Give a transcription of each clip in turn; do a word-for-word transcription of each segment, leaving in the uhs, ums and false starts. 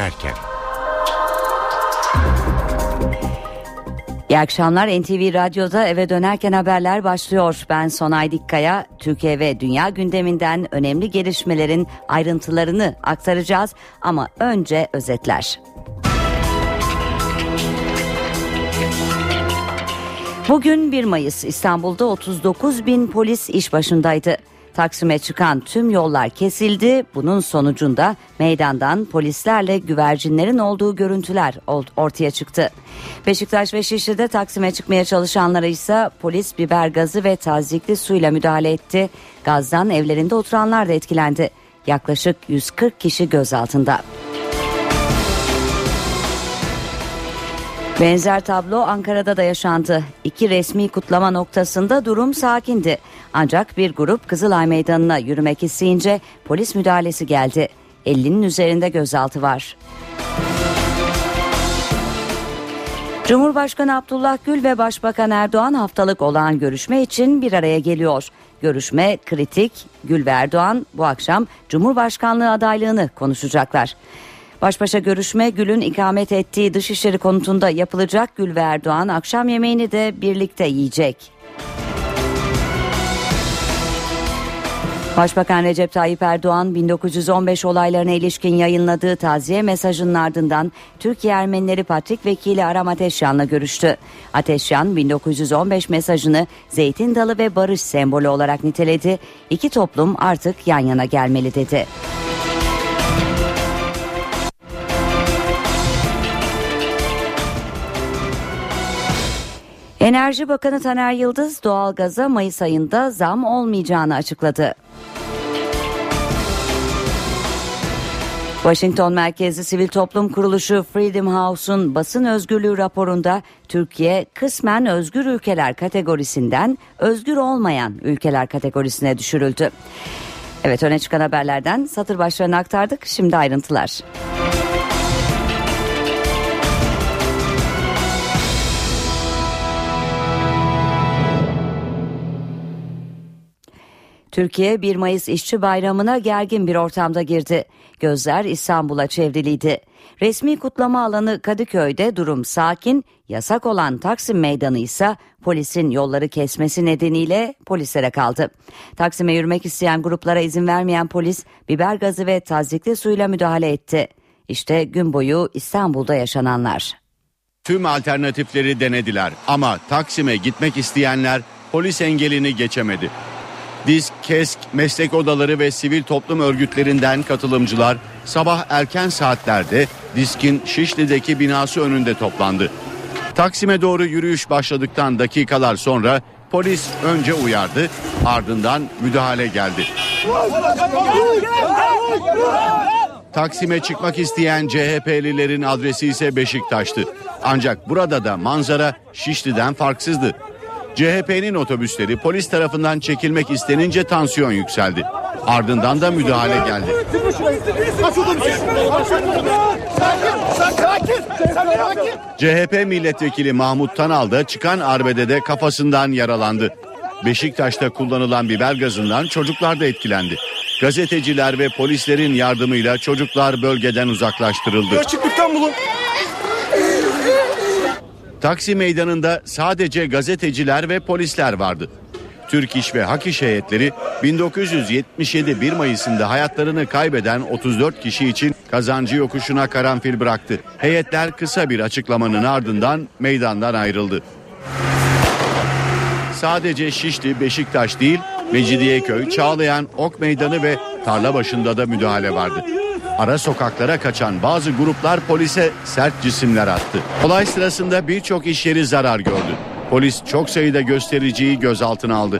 dönerken. İyi akşamlar. N T V Radyo'da eve dönerken haberler başlıyor. Ben Sonay Dikkaya. Türkiye ve dünya gündeminden önemli gelişmelerin ayrıntılarını aktaracağız. Ama önce özetler. Bugün bir Mayıs. İstanbul'da otuz dokuz bin polis iş başındaydı. Taksim'e çıkan tüm yollar kesildi. Bunun sonucunda meydandan polislerle güvercinlerin olduğu görüntüler ortaya çıktı. Beşiktaş ve Şişli'de Taksim'e çıkmaya çalışanlara ise polis biber gazı ve tazyikli suyla müdahale etti. Gazdan evlerinde oturanlar da etkilendi. Yaklaşık yüz kırk kişi gözaltında. Benzer tablo Ankara'da da yaşandı. İki resmi kutlama noktasında durum sakindi. Ancak bir grup Kızılay Meydanı'na yürümek isteyince polis müdahalesi geldi. ellinin üzerinde gözaltı var. Cumhurbaşkanı Abdullah Gül ve Başbakan Erdoğan haftalık olağan görüşme için bir araya geliyor. Görüşme kritik. Gül ve Erdoğan bu akşam Cumhurbaşkanlığı adaylığını konuşacaklar. Baş başa görüşme Gül'ün ikamet ettiği Dışişleri konutunda yapılacak. Gül ve Erdoğan akşam yemeğini de birlikte yiyecek. Başbakan Recep Tayyip Erdoğan bin dokuz yüz on beş olaylarına ilişkin yayınladığı taziye mesajının ardından Türkiye Ermenileri Patrik Vekili Aram Ateşyan'la görüştü. Ateşyan bin dokuz yüz on beş mesajını zeytin dalı ve barış sembolü olarak niteledi. İki toplum artık yan yana gelmeli dedi. Enerji Bakanı Taner Yıldız doğalgaza Mayıs ayında zam olmayacağını açıkladı. Washington merkezli sivil toplum kuruluşu Freedom House'un basın özgürlüğü raporunda Türkiye kısmen özgür ülkeler kategorisinden özgür olmayan ülkeler kategorisine düşürüldü. Evet, öne çıkan haberlerden satır başlarını aktardık. Şimdi ayrıntılar. Türkiye bir Mayıs İşçi Bayramı'na gergin bir ortamda girdi. Gözler İstanbul'a çevriliydi. Resmi kutlama alanı Kadıköy'de durum sakin, yasak olan Taksim Meydanı ise polisin yolları kesmesi nedeniyle polislere kaldı. Taksim'e yürümek isteyen gruplara izin vermeyen polis biber gazı ve tazyikli suyla müdahale etti. İşte gün boyu İstanbul'da yaşananlar. Tüm alternatifleri denediler ama Taksim'e gitmek isteyenler polis engelini geçemedi. DİSK, KESK, meslek odaları ve sivil toplum örgütlerinden katılımcılar sabah erken saatlerde DİSK'in Şişli'deki binası önünde toplandı. Taksim'e doğru yürüyüş başladıktan dakikalar sonra polis önce uyardı, ardından müdahale geldi. Taksim'e çıkmak isteyen C H P'lilerin adresi ise Beşiktaş'tı. Ancak burada da manzara Şişli'den farksızdı. C H P'nin otobüsleri polis tarafından çekilmek istenince tansiyon yükseldi. Ardından da müdahale geldi. C H P milletvekili Mahmut Tanal da çıkan arbedede kafasından yaralandı. Beşiktaş'ta kullanılan biber gazından çocuklar da etkilendi. Gazeteciler ve polislerin yardımıyla çocuklar bölgeden uzaklaştırıldı. Açıklıktan bulun. Taksim Meydanı'nda sadece gazeteciler ve polisler vardı. Türk İş ve Hak İş heyetleri bin dokuz yüz yetmiş yedi bir Mayıs'ında hayatlarını kaybeden otuz dört kişi için Kazancı Yokuşu'na karanfil bıraktı. Heyetler kısa bir açıklamanın ardından meydandan ayrıldı. Sadece Şişli, Beşiktaş değil, Mecidiyeköy, Çağlayan, Ok Meydanı ve Tarlabaşı'nda da müdahale vardı. Ara sokaklara kaçan bazı gruplar polise sert cisimler attı. Olay sırasında birçok iş yeri zarar gördü. Polis çok sayıda göstericiyi gözaltına aldı.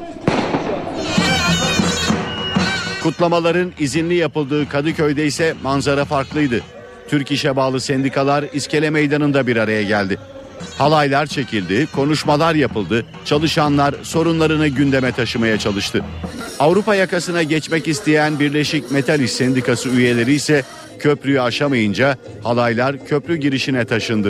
Kutlamaların izinli yapıldığı Kadıköy'de ise manzara farklıydı. Türk İş'e bağlı sendikalar İskele Meydanı'nda bir araya geldi. Halaylar çekildi, konuşmalar yapıldı, çalışanlar sorunlarını gündeme taşımaya çalıştı. Avrupa yakasına geçmek isteyen Birleşik Metal İş Sendikası üyeleri ise köprüyü aşamayınca halaylar köprü girişine taşındı.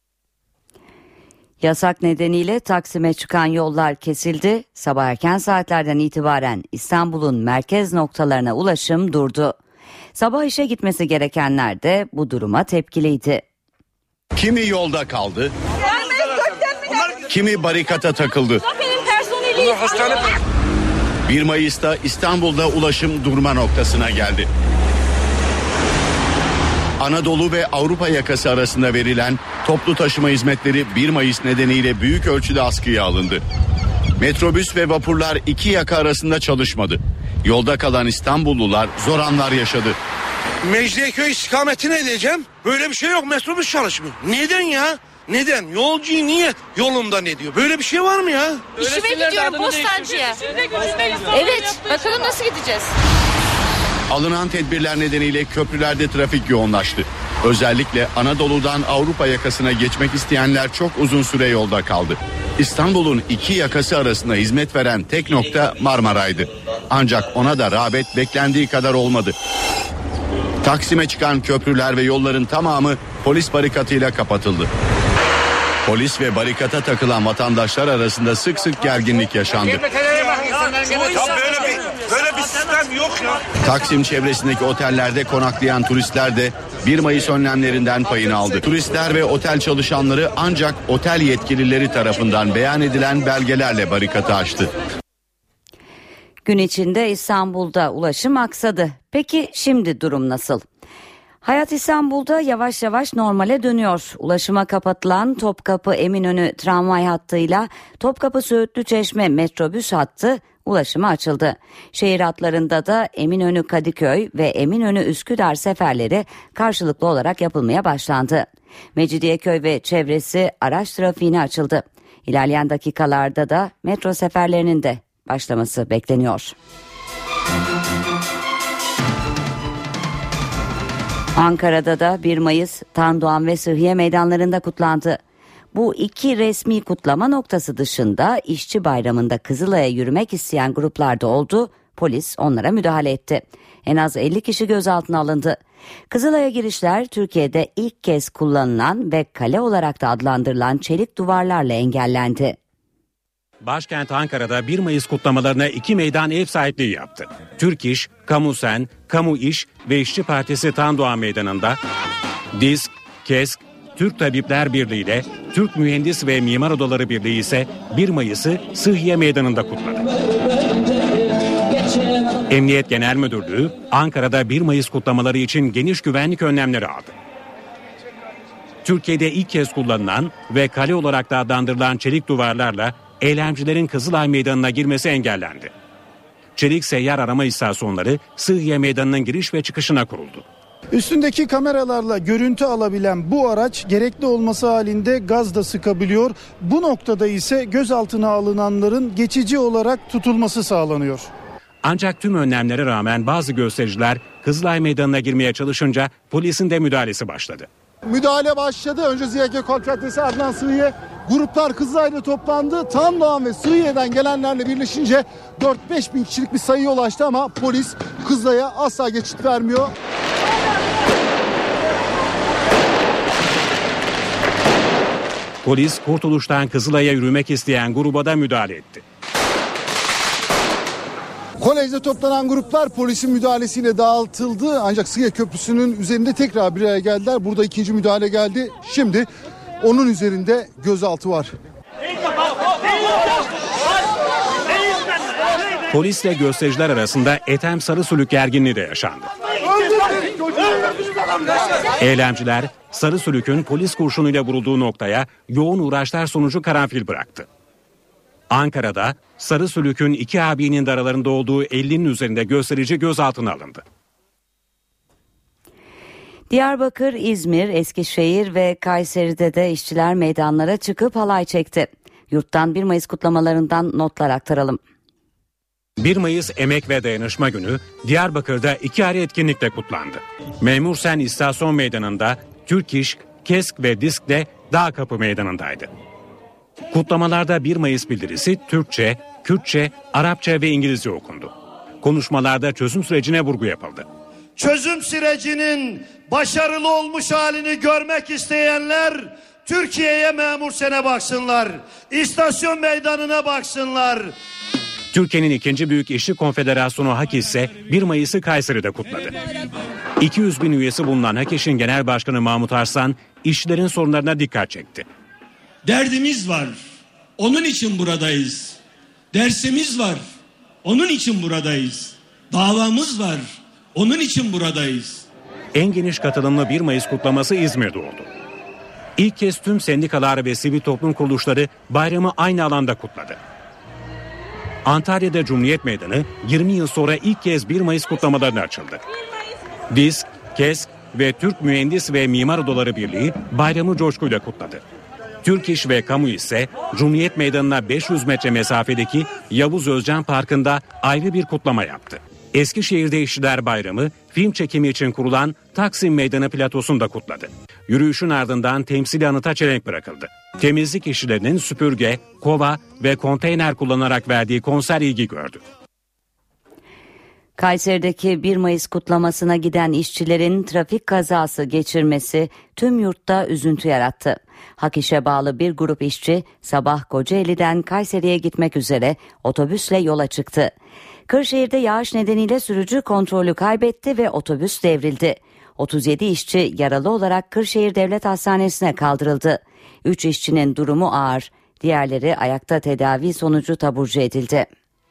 Yasak nedeniyle Taksim'e çıkan yollar kesildi. Sabah erken saatlerden itibaren İstanbul'un merkez noktalarına ulaşım durdu. Sabah işe gitmesi gerekenler de bu duruma tepkiliydi. Kimi yolda kaldı, kimi barikata takıldı. bir Mayıs'ta İstanbul'da ulaşım durma noktasına geldi. Anadolu ve Avrupa yakası arasında verilen toplu taşıma hizmetleri bir Mayıs nedeniyle büyük ölçüde askıya alındı. Metrobüs ve vapurlar iki yaka arasında çalışmadı. Yolda kalan İstanbullular zor anlar yaşadı. Mecidiyeköy istikametine edeceğim. Böyle bir şey yok, metrobüs çalışmıyor. Neden ya? Neden? Yolcuyu niye yolunda ne diyor? Böyle bir şey var mı ya? İşime gidiyorum Bostancı'ya. Evet, bakalım nasıl gideceğiz? Alınan tedbirler nedeniyle köprülerde trafik yoğunlaştı. Özellikle Anadolu'dan Avrupa yakasına geçmek isteyenler çok uzun süre yolda kaldı. İstanbul'un iki yakası arasında hizmet veren tek nokta Marmaray'dı. Ancak ona da rağbet beklendiği kadar olmadı. Taksim'e çıkan köprüler ve yolların tamamı polis barikatıyla kapatıldı. Polis ve barikata takılan vatandaşlar arasında sık sık gerginlik yaşandı. Ya böyle bir, böyle bir sistem yok ya. Taksim çevresindeki otellerde konaklayan turistler de bir Mayıs önlemlerinden payını aldı. Turistler ve otel çalışanları ancak otel yetkilileri tarafından beyan edilen belgelerle barikatı aştı. Gün içinde İstanbul'da ulaşım aksadı. Peki şimdi durum nasıl? Hayat İstanbul'da yavaş yavaş normale dönüyor. Ulaşıma kapatılan Topkapı Eminönü tramvay hattıyla Topkapı Söğütlüçeşme metrobüs hattı ulaşıma açıldı. Şehir hatlarında da Eminönü Kadıköy ve Eminönü Üsküdar seferleri karşılıklı olarak yapılmaya başlandı. Mecidiyeköy ve çevresi araç trafiğine açıldı. İlerleyen dakikalarda da metro seferlerinin de başlaması bekleniyor. Ankara'da da bir Mayıs Tandoğan ve Sıhhiye meydanlarında kutlandı. Bu iki resmi kutlama noktası dışında İşçi Bayramı'nda Kızılay'a yürümek isteyen gruplar da oldu. Polis onlara müdahale etti. En az elli kişi gözaltına alındı. Kızılay'a girişler Türkiye'de ilk kez kullanılan ve kale olarak da adlandırılan çelik duvarlarla engellendi. Başkent Ankara'da bir Mayıs kutlamalarına iki meydan ev sahipliği yaptı. Türk İş, Kamu Sen, Kamu İş ve İşçi Partisi Tandoğan Meydanı'nda, DİSK, KESK, Türk Tabipler Birliği ile Türk Mühendis ve Mimar Odaları Birliği ise bir Mayıs'ı Sıhhiye Meydanı'nda kutladı. Emniyet Genel Müdürlüğü Ankara'da bir Mayıs kutlamaları için geniş güvenlik önlemleri aldı. Türkiye'de ilk kez kullanılan ve kale olarak da adlandırılan çelik duvarlarla eylemcilerin Kızılay Meydanı'na girmesi engellendi. Çelik seyyar arama istasyonları Sıhhiye Meydanı'nın giriş ve çıkışına kuruldu. Üstündeki kameralarla görüntü alabilen bu araç gerekli olması halinde gaz da sıkabiliyor. Bu noktada ise gözaltına alınanların geçici olarak tutulması sağlanıyor. Ancak tüm önlemlere rağmen bazı göstericiler Kızılay Meydanı'na girmeye çalışınca polisin de müdahalesi başladı. Müdahale başladı. Önce Ziya Gökalp Caddesi Adnan Sıhhiye gruplar Kızılay'da toplandı. Tandoğan ve Sıhhiye'den gelenlerle birleşince dört beş bin kişilik bir sayıya ulaştı ama polis Kızılay'a asla geçit vermiyor. Polis Kurtuluş'tan Kızılay'a yürümek isteyen gruba da müdahale etti. Kolejde toplanan gruplar polisin müdahalesiyle dağıtıldı. Ancak Sıhhiye Köprüsü'nün üzerinde tekrar bir araya geldiler. Burada ikinci müdahale geldi. Şimdi onun üzerinde gözaltı var. Polisle göstericiler arasında Ethem Sarısülük gerginliği de yaşandı. Eylemciler Sarısülük'ün polis kurşunuyla vurulduğu noktaya yoğun uğraşlar sonucu karanfil bıraktı. Ankara'da Sarısülük'ün iki abinin de aralarında olduğu ellinin üzerinde gösterici gözaltına alındı. Diyarbakır, İzmir, Eskişehir ve Kayseri'de de işçiler meydanlara çıkıp halay çekti. Yurttan bir Mayıs kutlamalarından notlar aktaralım. bir Mayıs Emek ve Dayanışma Günü Diyarbakır'da iki ayrı etkinlikle kutlandı. Memursen İstasyon Meydanı'nda Türk İş, KESK ve DİSK de Dağkapı Meydanı'ndaydı. Kutlamalarda bir Mayıs bildirisi Türkçe, Kürtçe, Arapça ve İngilizce okundu. Konuşmalarda çözüm sürecine vurgu yapıldı. Çözüm sürecinin başarılı olmuş halini görmek isteyenler Türkiye'ye Memursen'e baksınlar. İstasyon Meydanı'na baksınlar. Türkiye'nin ikinci büyük işçi konfederasyonu HAK ise bir Mayıs'ı Kayseri'de kutladı. iki yüz bin üyesi bulunan HAKİŞ'in Genel Başkanı Mahmut Arslan işçilerin sorunlarına dikkat çekti. Derdimiz var, onun için buradayız. Dersimiz var, onun için buradayız. Davamız var, onun için buradayız. En geniş katılımlı bir Mayıs kutlaması İzmir'de oldu. İlk kez tüm sendikalar ve sivil toplum kuruluşları bayramı aynı alanda kutladı. Antalya'da Cumhuriyet Meydanı yirmi yıl sonra ilk kez bir Mayıs kutlamalarına açıldı. DİSK, KESK ve Türk Mühendis ve Mimar Odaları Birliği bayramı coşkuyla kutladı. Türk İş ve Kamu ise Cumhuriyet Meydanı'na beş yüz metre mesafedeki Yavuz Özcan Parkı'nda ayrı bir kutlama yaptı. Eskişehir'de İşçiler Bayramı film çekimi için kurulan Taksim Meydanı platosunda kutladı. Yürüyüşün ardından temsili anıta çelenk bırakıldı. Temizlik işçilerinin süpürge, kova ve konteyner kullanarak verdiği konser ilgi gördü. Kayseri'deki bir Mayıs kutlamasına giden işçilerin trafik kazası geçirmesi tüm yurtta üzüntü yarattı. HAKİŞ'e bağlı bir grup işçi sabah Kocaeli'den Kayseri'ye gitmek üzere otobüsle yola çıktı. Kırşehir'de yağış nedeniyle sürücü kontrolü kaybetti ve otobüs devrildi. otuz yedi işçi yaralı olarak Kırşehir Devlet Hastanesi'ne kaldırıldı. üç işçinin durumu ağır, diğerleri ayakta tedavi sonucu taburcu edildi.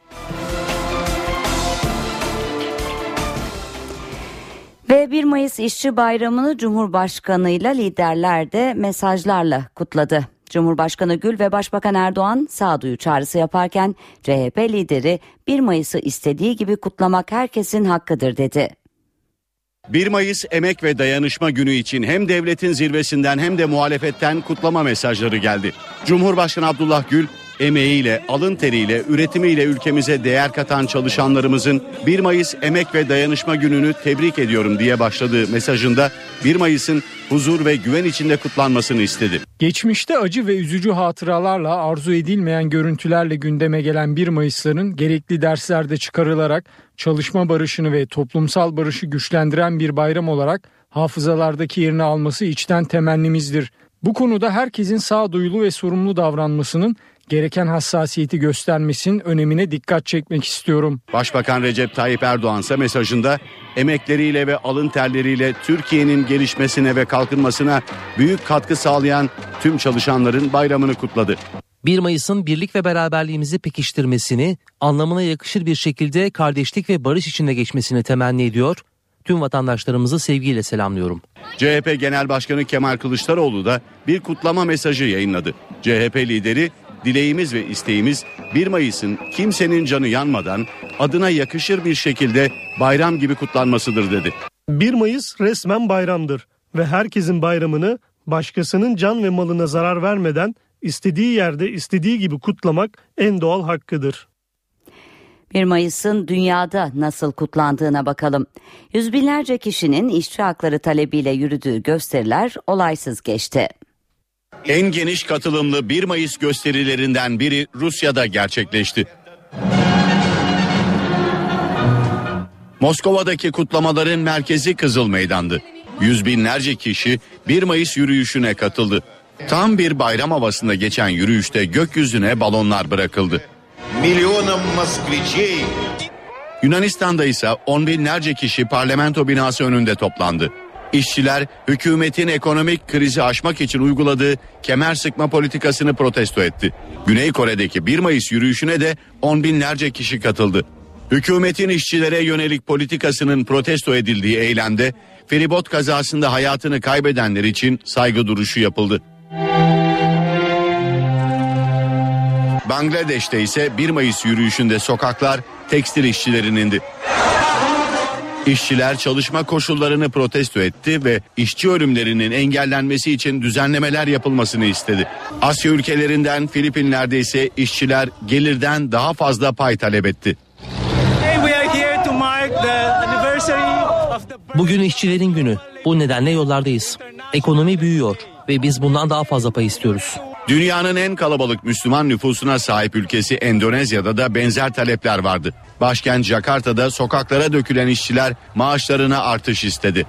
Ve bir Mayıs İşçi Bayramı'nı Cumhurbaşkanı'yla liderler de mesajlarla kutladı. Cumhurbaşkanı Gül ve Başbakan Erdoğan sağduyu çağrısı yaparken C H P lideri bir Mayıs'ı istediği gibi kutlamak herkesin hakkıdır dedi. bir Mayıs Emek ve Dayanışma Günü için hem devletin zirvesinden hem de muhalefetten kutlama mesajları geldi. Cumhurbaşkanı Abdullah Gül, emeğiyle, alın teriyle, üretimiyle ülkemize değer katan çalışanlarımızın bir Mayıs Emek ve Dayanışma Günü'nü tebrik ediyorum diye başladığı mesajında bir Mayıs'ın huzur ve güven içinde kutlanmasını istedi. Geçmişte acı ve üzücü hatıralarla, arzu edilmeyen görüntülerle gündeme gelen bir Mayıs'ların gerekli derslerde çıkarılarak çalışma barışını ve toplumsal barışı güçlendiren bir bayram olarak hafızalardaki yerini alması içten temennimizdir. Bu konuda herkesin sağduyulu ve sorumlu davranmasının, gereken hassasiyeti göstermesinin önemine dikkat çekmek istiyorum. Başbakan Recep Tayyip Erdoğan ise mesajında emekleriyle ve alın terleriyle Türkiye'nin gelişmesine ve kalkınmasına büyük katkı sağlayan tüm çalışanların bayramını kutladı. bir Mayıs'ın birlik ve beraberliğimizi pekiştirmesini, anlamına yakışır bir şekilde kardeşlik ve barış içinde geçmesini temenni ediyor. Tüm vatandaşlarımızı sevgiyle selamlıyorum. C H P Genel Başkanı Kemal Kılıçdaroğlu da bir kutlama mesajı yayınladı. C H P lideri, dileğimiz ve isteğimiz bir Mayıs'ın kimsenin canı yanmadan adına yakışır bir şekilde bayram gibi kutlanmasıdır dedi. bir Mayıs resmen bayramdır ve herkesin bayramını başkasının can ve malına zarar vermeden istediği yerde istediği gibi kutlamak en doğal hakkıdır. bir Mayıs'ın dünyada nasıl kutlandığına bakalım. Yüz binlerce kişinin işçi hakları talebiyle yürüdüğü gösteriler olaysız geçti. En geniş katılımlı bir Mayıs gösterilerinden biri Rusya'da gerçekleşti. Moskova'daki kutlamaların merkezi Kızıl Meydan'dı. Yüz binlerce kişi bir Mayıs yürüyüşüne katıldı. Tam bir bayram havasında geçen yürüyüşte gökyüzüne balonlar bırakıldı. Milyonum Moskviçi. Yunanistan'da ise on binlerce kişi parlamento binası önünde toplandı. İşçiler hükümetin ekonomik krizi aşmak için uyguladığı kemer sıkma politikasını protesto etti. Güney Kore'deki bir Mayıs yürüyüşüne de on binlerce kişi katıldı. Hükümetin işçilere yönelik politikasının protesto edildiği eylemde feribot kazasında hayatını kaybedenler için saygı duruşu yapıldı. Bangladeş'te ise bir Mayıs yürüyüşünde sokaklar tekstil işçilerindi. İşçiler çalışma koşullarını protesto etti ve işçi ölümlerinin engellenmesi için düzenlemeler yapılmasını istedi. Asya ülkelerinden Filipinler'de ise işçiler gelirden daha fazla pay talep etti. Bugün işçilerin günü. Bu nedenle yollardayız. Ekonomi büyüyor ve biz bundan daha fazla pay istiyoruz. Dünyanın en kalabalık Müslüman nüfusuna sahip ülkesi Endonezya'da da benzer talepler vardı. Başkent Jakarta'da sokaklara dökülen işçiler maaşlarına artış istedi.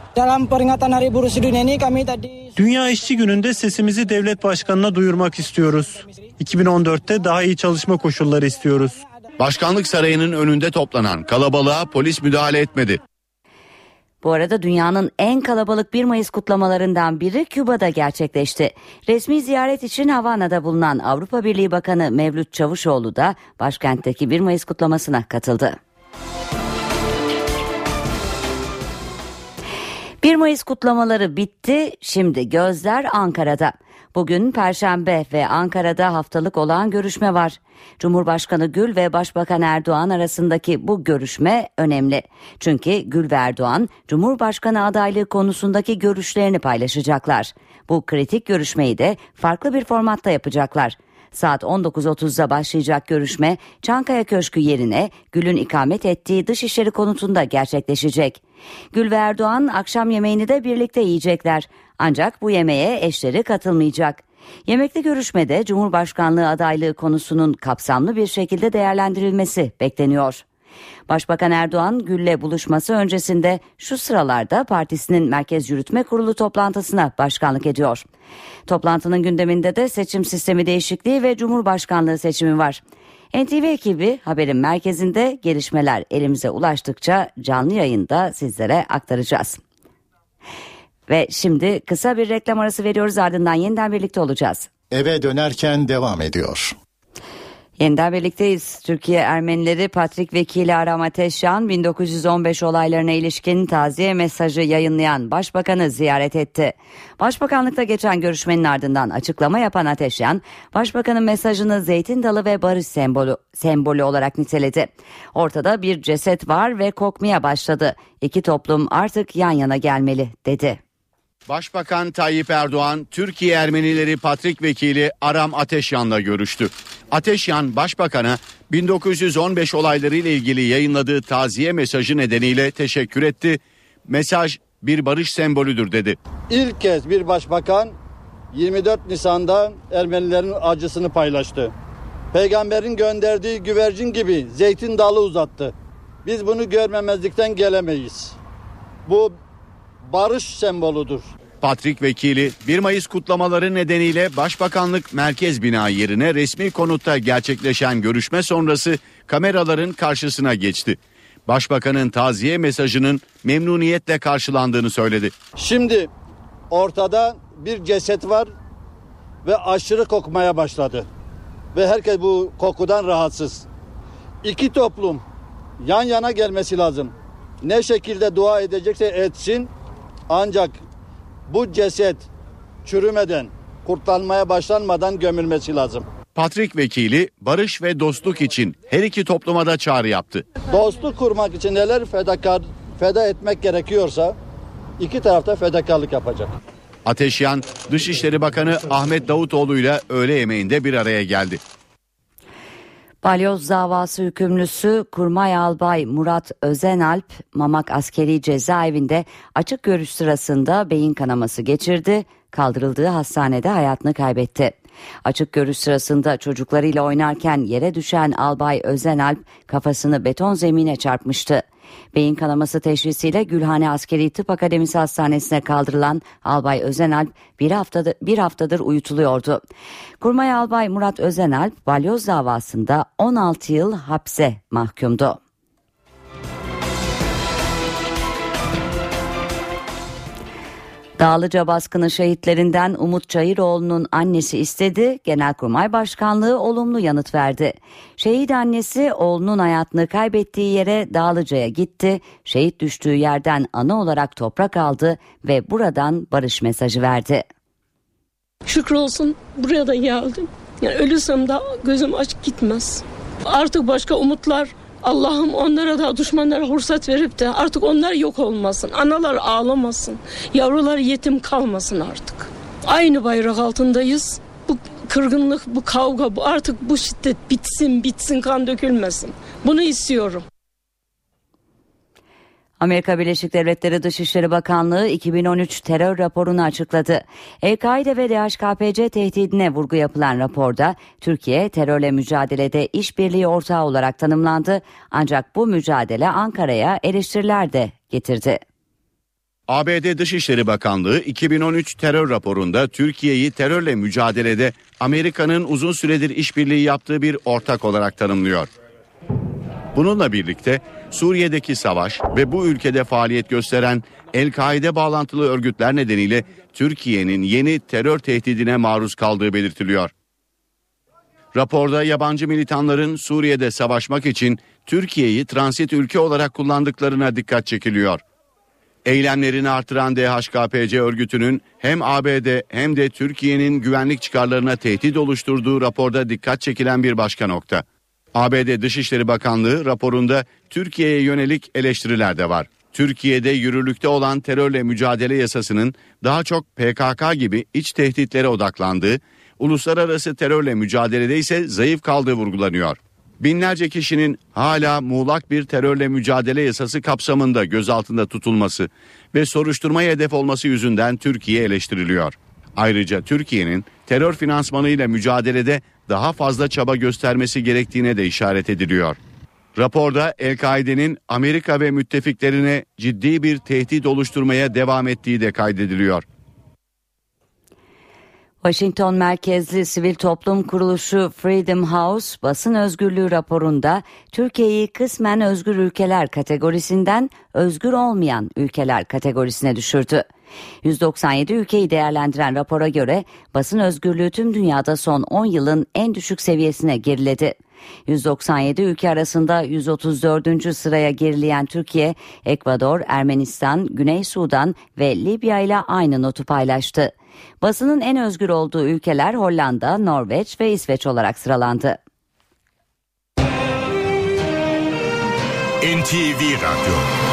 Dünya İşçi Günü'nde sesimizi devlet başkanına duyurmak istiyoruz. iki bin on dörtte daha iyi çalışma koşulları istiyoruz. Başkanlık Sarayı'nın önünde toplanan kalabalığa polis müdahale etmedi. Bu arada dünyanın en kalabalık bir Mayıs kutlamalarından biri Küba'da gerçekleşti. Resmi ziyaret için Havana'da bulunan Avrupa Birliği Bakanı Mevlüt Çavuşoğlu da başkentteki bir Mayıs kutlamasına katıldı. bir Mayıs kutlamaları bitti, şimdi gözler Ankara'da. Bugün Perşembe ve Ankara'da haftalık olağan görüşme var. Cumhurbaşkanı Gül ve Başbakan Erdoğan arasındaki bu görüşme önemli. Çünkü Gül ve Erdoğan Cumhurbaşkanı adaylığı konusundaki görüşlerini paylaşacaklar. Bu kritik görüşmeyi de farklı bir formatta yapacaklar. Saat on dokuz otuzda başlayacak görüşme Çankaya Köşkü yerine Gül'ün ikamet ettiği Dışişleri konutunda gerçekleşecek. Gül ve Erdoğan akşam yemeğini de birlikte yiyecekler. Ancak bu yemeğe eşleri katılmayacak. Yemekli görüşmede Cumhurbaşkanlığı adaylığı konusunun kapsamlı bir şekilde değerlendirilmesi bekleniyor. Başbakan Erdoğan Gül'le buluşması öncesinde şu sıralarda partisinin Merkez Yürütme Kurulu toplantısına başkanlık ediyor. Toplantının gündeminde de seçim sistemi değişikliği ve Cumhurbaşkanlığı seçimi var. N T V ekibi haberin merkezinde, gelişmeler elimize ulaştıkça canlı yayında sizlere aktaracağız. Ve şimdi kısa bir reklam arası veriyoruz, ardından yeniden birlikte olacağız. Eve dönerken devam ediyor. Yeniden birlikteyiz. Türkiye Ermenileri Patrik Vekili Aram Ateşyan bin dokuz yüz on beş olaylarına ilişkin taziye mesajı yayınlayan Başbakan'ı ziyaret etti. Başbakanlıkta geçen görüşmenin ardından açıklama yapan Ateşyan, Başbakan'ın mesajını zeytin dalı ve barış sembolü, sembolü olarak niteledi. Ortada bir ceset var ve kokmaya başladı. İki toplum artık yan yana gelmeli dedi. Başbakan Tayyip Erdoğan, Türkiye Ermenileri Patrik Vekili Aram Ateşyan'la görüştü. Ateşyan, Başbakan'a bin dokuz yüz on beş olayları ile ilgili yayınladığı taziye mesajı nedeniyle teşekkür etti. Mesaj bir barış sembolüdür dedi. İlk kez bir başbakan yirmi dört Nisan'da Ermenilerin acısını paylaştı. Peygamberin gönderdiği güvercin gibi zeytin dalı uzattı. Biz bunu görmemezlikten gelemeyiz. Bu barış sembolüdür. Patrik Vekili bir Mayıs kutlamaları nedeniyle Başbakanlık Merkez Bina yerine resmi konutta gerçekleşen görüşme sonrası kameraların karşısına geçti. Başbakanın taziye mesajının memnuniyetle karşılandığını söyledi. Şimdi ortada bir ceset var ve aşırı kokmaya başladı. Ve herkes bu kokudan rahatsız. İki toplum yan yana gelmesi lazım. Ne şekilde dua edecekse etsin, ancak bu ceset çürümeden, kurtlanmaya başlanmadan gömülmesi lazım. Patrik Vekili barış ve dostluk için her iki topluma da çağrı yaptı. Dostluk kurmak için neler fedakar, feda etmek gerekiyorsa iki tarafta fedakarlık yapacak. Ateşyan, Dışişleri Bakanı Ahmet Davutoğlu ile öğle yemeğinde bir araya geldi. Balyoz davası hükümlüsü Kurmay Albay Murat Özenalp, Mamak Askeri Cezaevinde açık görüş sırasında beyin kanaması geçirdi. Kaldırıldığı hastanede hayatını kaybetti. Açık görüş sırasında çocuklarıyla oynarken yere düşen Albay Özenalp kafasını beton zemine çarpmıştı. Beyin kanaması teşhisiyle Gülhane Askeri Tıp Akademisi Hastanesi'ne kaldırılan Albay Özenalp bir haftadır, bir haftadır uyutuluyordu. Kurmay Albay Murat Özenalp balyoz davasında on altı yıl hapse mahkumdu. Dağlıca baskını şehitlerinden Umut Çayıroğlu'nun annesi istedi. Genelkurmay Başkanlığı olumlu yanıt verdi. Şehit annesi oğlunun hayatını kaybettiği yere Dağlıca'ya gitti. Şehit düştüğü yerden ana olarak toprak aldı ve buradan barış mesajı verdi. Şükür olsun buraya da geldim. Yani ölürsem de gözüm aç gitmez. Artık başka umutlar, Allah'ım onlara da düşmanlara fırsat verip de artık onlar yok olmasın. Analar ağlamasın. Yavrular yetim kalmasın artık. Aynı bayrak altındayız. Bu kırgınlık, bu kavga, bu artık bu şiddet bitsin, bitsin, kan dökülmesin. Bunu istiyorum. Amerika Birleşik Devletleri Dışişleri Bakanlığı iki bin on üç terör raporunu açıkladı. El-Kaide ve D H K P C tehdidine vurgu yapılan raporda Türkiye terörle mücadelede işbirliği ortağı olarak tanımlandı. Ancak bu mücadele Ankara'ya eleştiriler de getirdi. A B D Dışişleri Bakanlığı iki bin on üç terör raporunda Türkiye'yi terörle mücadelede Amerika'nın uzun süredir işbirliği yaptığı bir ortak olarak tanımlıyor. Bununla birlikte Suriye'deki savaş ve bu ülkede faaliyet gösteren El-Kaide bağlantılı örgütler nedeniyle Türkiye'nin yeni terör tehdidine maruz kaldığı belirtiliyor. Raporda yabancı militanların Suriye'de savaşmak için Türkiye'yi transit ülke olarak kullandıklarına dikkat çekiliyor. Eylemlerini artıran D H K P C örgütünün hem A B D hem de Türkiye'nin güvenlik çıkarlarına tehdit oluşturduğu raporda dikkat çekilen bir başka nokta. A B D Dışişleri Bakanlığı raporunda Türkiye'ye yönelik eleştiriler de var. Türkiye'de yürürlükte olan terörle mücadele yasasının daha çok P K K gibi iç tehditlere odaklandığı, uluslararası terörle mücadelede ise zayıf kaldığı vurgulanıyor. Binlerce kişinin hala muğlak bir terörle mücadele yasası kapsamında gözaltında tutulması ve soruşturmaya hedef olması yüzünden Türkiye eleştiriliyor. Ayrıca Türkiye'nin terör finansmanıyla mücadelede daha fazla çaba göstermesi gerektiğine de işaret ediliyor. Raporda El-Kaide'nin Amerika ve müttefiklerine ciddi bir tehdit oluşturmaya devam ettiği de kaydediliyor. Washington merkezli sivil toplum kuruluşu Freedom House basın özgürlüğü raporunda Türkiye'yi kısmen özgür ülkeler kategorisinden özgür olmayan ülkeler kategorisine düşürdü. yüz doksan yedi ülkeyi değerlendiren rapora göre basın özgürlüğü tüm dünyada son on yılın en düşük seviyesine geriledi. yüz doksan yedi ülke arasında yüz otuz dördüncü sıraya gerileyen Türkiye, Ekvador, Ermenistan, Güney Sudan ve Libya ile aynı notu paylaştı. Basının en özgür olduğu ülkeler Hollanda, Norveç ve İsveç olarak sıralandı. N T V Radyo.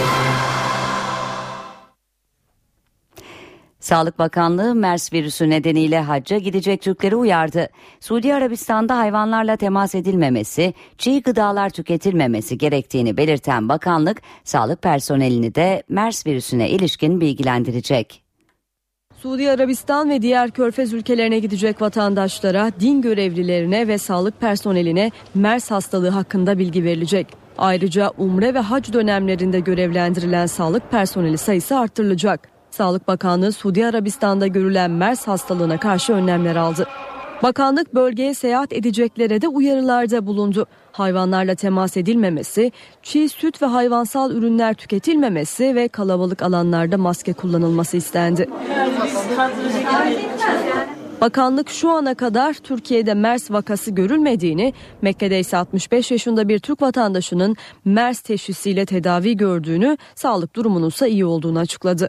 Sağlık Bakanlığı MERS virüsü nedeniyle hacca gidecek Türkleri uyardı. Suudi Arabistan'da hayvanlarla temas edilmemesi, çiğ gıdalar tüketilmemesi gerektiğini belirten bakanlık, sağlık personelini de MERS virüsüne ilişkin bilgilendirecek. Suudi Arabistan ve diğer körfez ülkelerine gidecek vatandaşlara, din görevlilerine ve sağlık personeline MERS hastalığı hakkında bilgi verilecek. Ayrıca umre ve hac dönemlerinde görevlendirilen sağlık personeli sayısı artırılacak. Sağlık Bakanlığı Suudi Arabistan'da görülen MERS hastalığına karşı önlemler aldı. Bakanlık bölgeye seyahat edeceklere de uyarılarda bulundu. Hayvanlarla temas edilmemesi, çiğ süt ve hayvansal ürünler tüketilmemesi ve kalabalık alanlarda maske kullanılması istendi. Bakanlık şu ana kadar Türkiye'de MERS vakası görülmediğini, Mekke'de ise altmış beş yaşında bir Türk vatandaşının MERS teşhisiyle tedavi gördüğünü, sağlık durumunun ise iyi olduğunu açıkladı.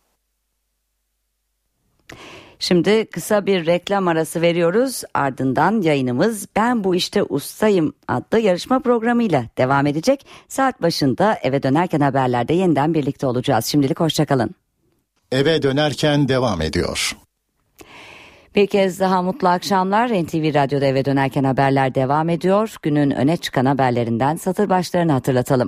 Şimdi kısa bir reklam arası veriyoruz. Ardından yayınımız Ben Bu İşte Ustayım adlı yarışma programıyla devam edecek. Saat başında eve dönerken haberlerde yeniden birlikte olacağız. Şimdilik hoşçakalın. Eve dönerken devam ediyor. Bir kez daha mutlu akşamlar. N T V Radyo'da eve dönerken haberler devam ediyor. Günün öne çıkan haberlerinden satır başlarını hatırlatalım.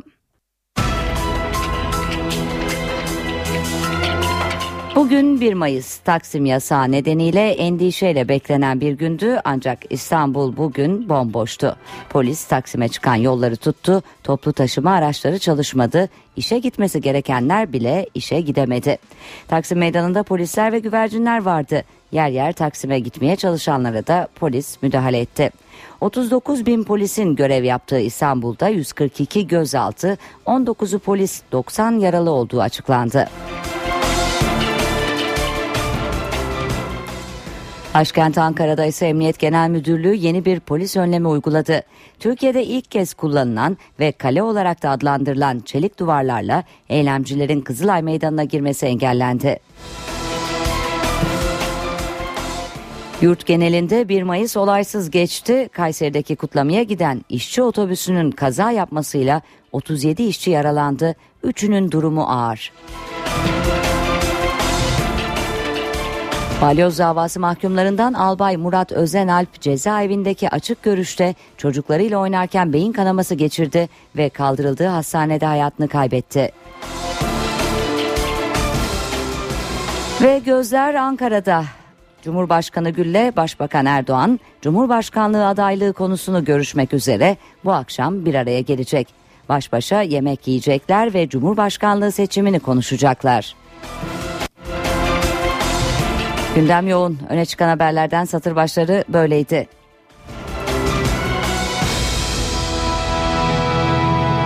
Bugün bir Mayıs, Taksim yasağı nedeniyle endişeyle beklenen bir gündü ancak İstanbul bugün bomboştu. Polis Taksim'e çıkan yolları tuttu, toplu taşıma araçları çalışmadı, işe gitmesi gerekenler bile işe gidemedi. Taksim Meydanı'nda polisler ve güvercinler vardı. Yer yer Taksim'e gitmeye çalışanlara da polis müdahale etti. otuz dokuz bin polisin görev yaptığı İstanbul'da yüz kırk iki gözaltı, on dokuzu polis, doksan yaralı olduğu açıklandı. Başkent Ankara'da ise Emniyet Genel Müdürlüğü yeni bir polis önlemi uyguladı. Türkiye'de ilk kez kullanılan ve kale olarak da adlandırılan çelik duvarlarla eylemcilerin Kızılay Meydanı'na girmesi engellendi. Yurt genelinde bir Mayıs olaysız geçti. Kayseri'deki kutlamaya giden işçi otobüsünün kaza yapmasıyla otuz yedi işçi yaralandı. Üçünün durumu ağır. Balyoz davası mahkumlarından Albay Murat Özenalp cezaevindeki açık görüşte çocuklarıyla oynarken beyin kanaması geçirdi ve kaldırıldığı hastanede hayatını kaybetti. Ve gözler Ankara'da. Cumhurbaşkanı Gül'le Başbakan Erdoğan, Cumhurbaşkanlığı adaylığı konusunu görüşmek üzere bu akşam bir araya gelecek. Baş başa yemek yiyecekler ve Cumhurbaşkanlığı seçimini konuşacaklar. Gündem yoğun. Öne çıkan haberlerden satır başları böyleydi.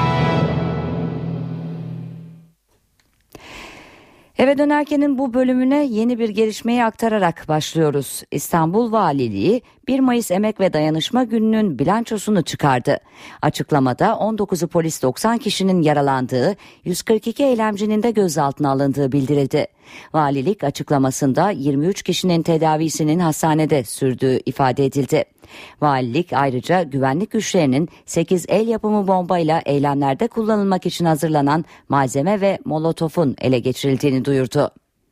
Eve dönerkenin bu bölümüne yeni bir gelişmeyi aktararak başlıyoruz. İstanbul Valiliği bir Mayıs Emek ve Dayanışma Günü'nün bilançosunu çıkardı. Açıklamada on dokuzu polis doksan kişinin yaralandığı, yüz kırk iki eylemcinin de gözaltına alındığı bildirildi. Valilik açıklamasında yirmi üç kişinin tedavisinin hastanede sürdüğü ifade edildi. Valilik ayrıca güvenlik güçlerinin sekiz el yapımı bombayla eylemlerde kullanılmak için hazırlanan malzeme ve molotofun ele geçirildiğini duyurdu.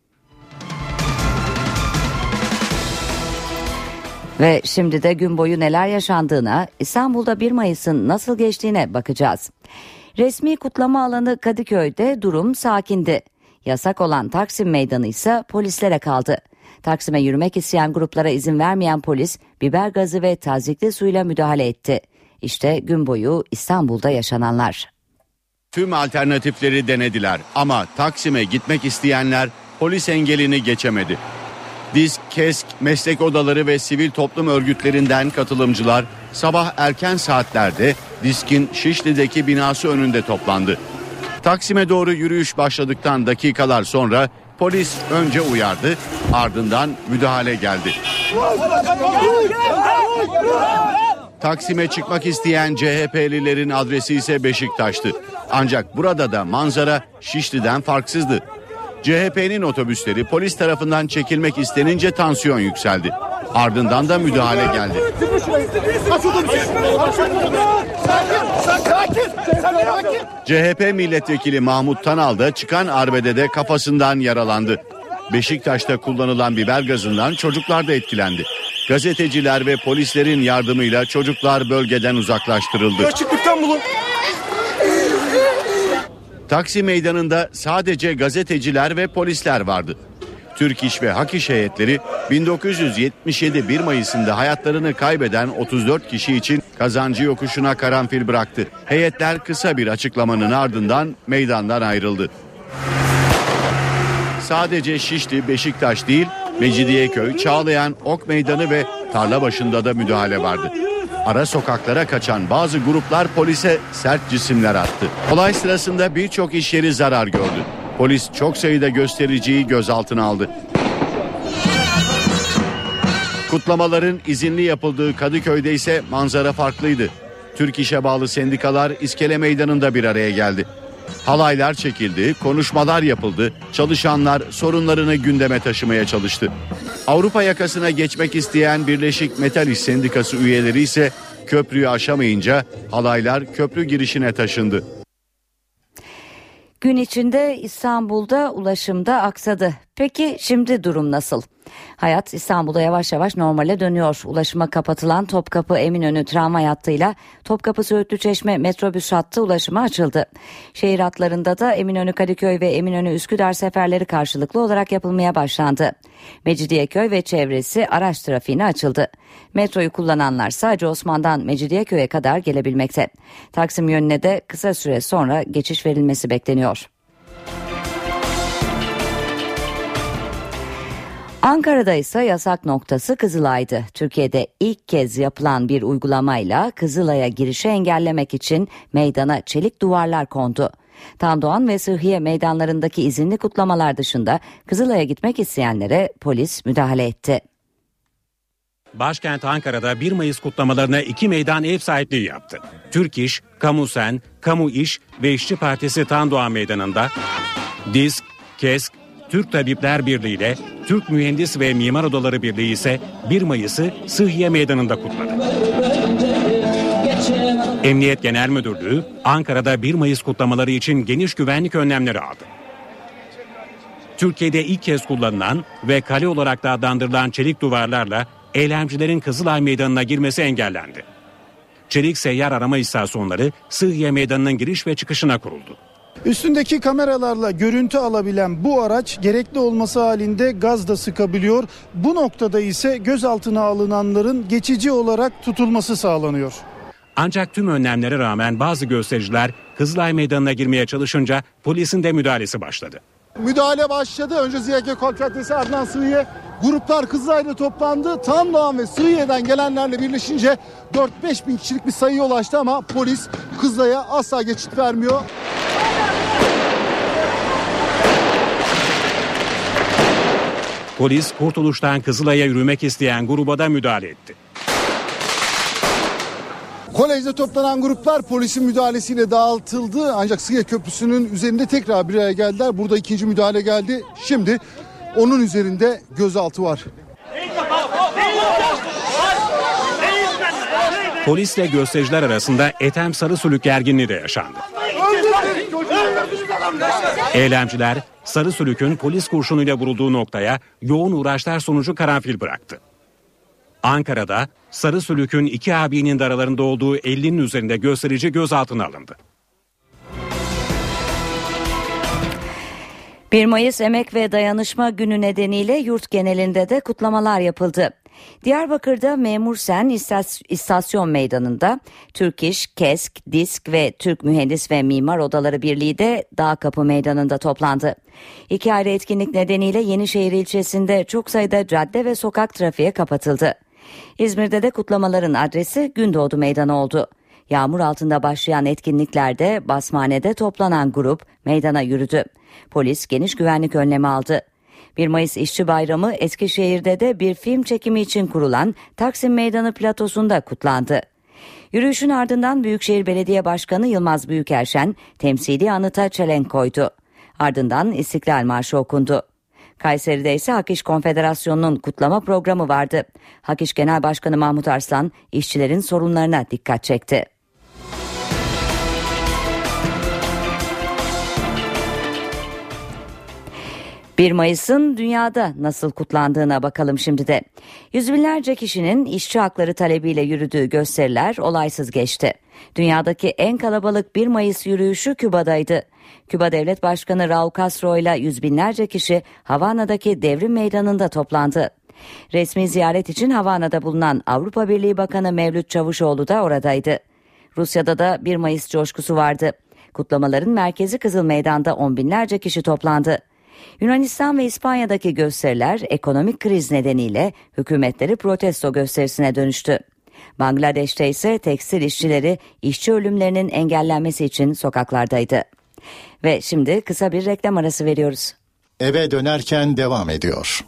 Ve şimdi de gün boyu neler yaşandığına, İstanbul'da bir Mayıs'ın nasıl geçtiğine bakacağız. Resmi kutlama alanı Kadıköy'de durum sakindi. Yasak olan Taksim Meydanı ise polislere kaldı. Taksim'e yürümek isteyen gruplara izin vermeyen polis biber gazı ve tazyikli suyla müdahale etti. İşte gün boyu İstanbul'da yaşananlar. Tüm alternatifleri denediler ama Taksim'e gitmek isteyenler polis engelini geçemedi. DİSK, KESK, meslek odaları ve sivil toplum örgütlerinden katılımcılar sabah erken saatlerde DİSK'in Şişli'deki binası önünde toplandı. Taksim'e doğru yürüyüş başladıktan dakikalar sonra polis önce uyardı, ardından müdahale geldi. Taksim'e çıkmak isteyen C H P'lilerin adresi ise Beşiktaş'tı. Ancak burada da manzara Şişli'den farksızdı. C H P'nin otobüsleri polis tarafından çekilmek istenince tansiyon yükseldi. Ardından da müdahale geldi. C H P milletvekili Mahmut Tanal da çıkan arbedede kafasından yaralandı. Beşiktaş'ta kullanılan biber gazından çocuklar da etkilendi. Gazeteciler ve polislerin yardımıyla çocuklar bölgeden uzaklaştırıldı. Açıklıktan bulun. Taksim Meydanı'nda sadece gazeteciler ve polisler vardı. Türk İş ve Hak İş heyetleri bin dokuz yüz yetmiş yedi bir Mayıs'ında hayatlarını kaybeden otuz dört kişi için Kazancı Yokuşu'na karanfil bıraktı. Heyetler kısa bir açıklamanın ardından meydandan ayrıldı. Sadece Şişli, Beşiktaş değil, Mecidiyeköy, Çağlayan, Ok Meydanı ve Tarlabaşı'nda da müdahale vardı. Ara sokaklara kaçan bazı gruplar polise sert cisimler attı. Olay sırasında birçok iş yeri zarar gördü. Polis çok sayıda göstericiyi gözaltına aldı. Kutlamaların izinli yapıldığı Kadıköy'de ise manzara farklıydı. Türk İş'e bağlı sendikalar İskele Meydanı'nda bir araya geldi. Halaylar çekildi, konuşmalar yapıldı, çalışanlar sorunlarını gündeme taşımaya çalıştı. Avrupa yakasına geçmek isteyen Birleşik Metal İş Sendikası üyeleri ise köprüyü aşamayınca halaylar köprü girişine taşındı. Gün içinde İstanbul'da ulaşımda aksadı. Peki şimdi durum nasıl? Hayat İstanbul'da yavaş yavaş normale dönüyor. Ulaşıma kapatılan Topkapı Eminönü tramvay hattıyla Topkapı Söğütlüçeşme metrobüs hattı ulaşıma açıldı. Şehir hatlarında da Eminönü Kadıköy ve Eminönü Üsküdar seferleri karşılıklı olarak yapılmaya başlandı. Mecidiyeköy ve çevresi araç trafiğine açıldı. Metroyu kullananlar sadece Osman'dan Mecidiyeköy'e kadar gelebilmekte. Taksim yönüne de kısa süre sonra geçiş verilmesi bekleniyor. Ankara'da ise yasak noktası Kızılay'dı. Türkiye'de ilk kez yapılan bir uygulamayla Kızılay'a girişi engellemek için meydana çelik duvarlar kondu. Tandoğan ve Sıhhiye meydanlarındaki izinli kutlamalar dışında Kızılay'a gitmek isteyenlere polis müdahale etti. Başkent Ankara'da bir Mayıs kutlamalarına iki meydan ev sahipliği yaptı. Türk İş, Kamu Sen, Kamu İş ve İşçi Partisi Tandoğan Meydanı'nda DİSK, KESK, Türk Tabipler Birliği ile Türk Mühendis ve Mimar Odaları Birliği ise bir Mayıs'ı Sıhhiye Meydanı'nda kutladı. Emniyet Genel Müdürlüğü Ankara'da bir Mayıs kutlamaları için geniş güvenlik önlemleri aldı. Türkiye'de ilk kez kullanılan ve kale olarak da adlandırılan çelik duvarlarla eylemcilerin Kızılay Meydanı'na girmesi engellendi. Çelik seyyar arama istasyonları Sıhhiye Meydanı'nın giriş ve çıkışına kuruldu. Üstündeki kameralarla görüntü alabilen bu araç gerekli olması halinde gaz da sıkabiliyor. Bu noktada ise gözaltına alınanların geçici olarak tutulması sağlanıyor. Ancak tüm önlemlere rağmen bazı göstericiler Kızılay Meydanı'na girmeye çalışınca polisin de müdahalesi başladı. Müdahale başladı. Önce Ziya Gökalp Caddesi ardından Sıhhiye. Gruplar Kızılay'da toplandı. Tandoğan ve Sıhhiye'den gelenlerle birleşince dört beş bin kişilik bir sayıya ulaştı ama polis Kızılay'a asla geçit vermiyor. Polis Kurtuluş'tan Kızılay'a yürümek isteyen gruba da müdahale etti. Kolejde toplanan gruplar polisin müdahalesiyle dağıtıldı. Ancak Sıhhiye Köprüsü'nün üzerinde tekrar bir araya geldiler. Burada ikinci müdahale geldi. Şimdi onun üzerinde gözaltı var. Polisle göstericiler arasında Ethem Sarısülük gerginliği de yaşandı. Eylemciler Sarısülük'ün polis kurşunuyla vurulduğu noktaya yoğun uğraşlar sonucu karanfil bıraktı. Ankara'da Sarısülük'ün iki abinin de aralarında olduğu ellinin üzerinde gösterici gözaltına alındı. bir Mayıs Emek ve Dayanışma Günü nedeniyle yurt genelinde de kutlamalar yapıldı. Diyarbakır'da Memur Sen İstasyon Meydanı'nda Türk İş, KESK, DİSK ve Türk Mühendis ve Mimar Odaları Birliği de Dağkapı Meydanı'nda toplandı. İki ayrı etkinlik nedeniyle Yenişehir ilçesinde çok sayıda cadde ve sokak trafiğe kapatıldı. İzmir'de de kutlamaların adresi Gündoğdu Meydanı oldu. Yağmur altında başlayan etkinliklerde Basmane'de toplanan grup meydana yürüdü. Polis geniş güvenlik önlemi aldı. bir Mayıs İşçi Bayramı Eskişehir'de de bir film çekimi için kurulan Taksim Meydanı platosunda kutlandı. Yürüyüşün ardından Büyükşehir Belediye Başkanı Yılmaz Büyükerşen temsili anıta çelenk koydu. Ardından İstiklal Marşı okundu. Kayseri'de ise Hak İş Konfederasyonu'nun kutlama programı vardı. Hak İş Genel Başkanı Mahmut Arslan işçilerin sorunlarına dikkat çekti. bir Mayıs'ın dünyada nasıl kutlandığına bakalım şimdi de. Yüz binlerce kişinin işçi hakları talebiyle yürüdüğü gösteriler olaysız geçti. Dünyadaki en kalabalık bir Mayıs yürüyüşü Küba'daydı. Küba Devlet Başkanı Raul Castro ile yüz binlerce kişi Havana'daki Devrim Meydanı'nda toplandı. Resmi ziyaret için Havana'da bulunan Avrupa Birliği Bakanı Mevlüt Çavuşoğlu da oradaydı. Rusya'da da bir Mayıs coşkusu vardı. Kutlamaların merkezi Kızıl Meydan'da on binlerce kişi toplandı. Yunanistan ve İspanya'daki gösteriler ekonomik kriz nedeniyle hükümetleri protesto gösterisine dönüştü. Bangladeş'te ise tekstil işçileri işçi ölümlerinin engellenmesi için sokaklardaydı. Ve şimdi kısa bir reklam arası veriyoruz. Eve dönerken devam ediyor.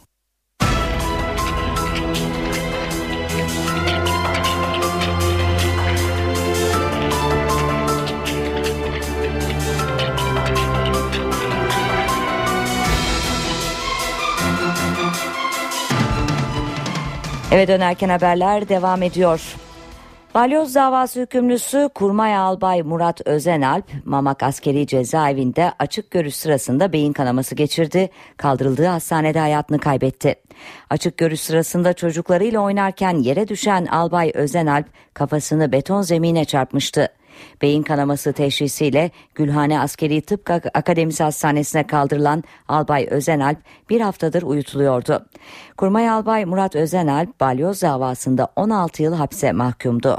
Eve dönerken haberler devam ediyor. Balyoz davası hükümlüsü Kurmay Albay Murat Özenalp, Mamak Askeri Cezaevinde açık görüş sırasında beyin kanaması geçirdi. Kaldırıldığı hastanede hayatını kaybetti. Açık görüş sırasında çocuklarıyla oynarken yere düşen Albay Özenalp kafasını beton zemine çarpmıştı. Beyin kanaması teşhisiyle Gülhane Askeri Tıp Akademisi Hastanesi'ne kaldırılan Albay Özenalp bir haftadır uyutuluyordu. Kurmay Albay Murat Özenalp balyoz davasında on altı yıl hapse mahkumdu.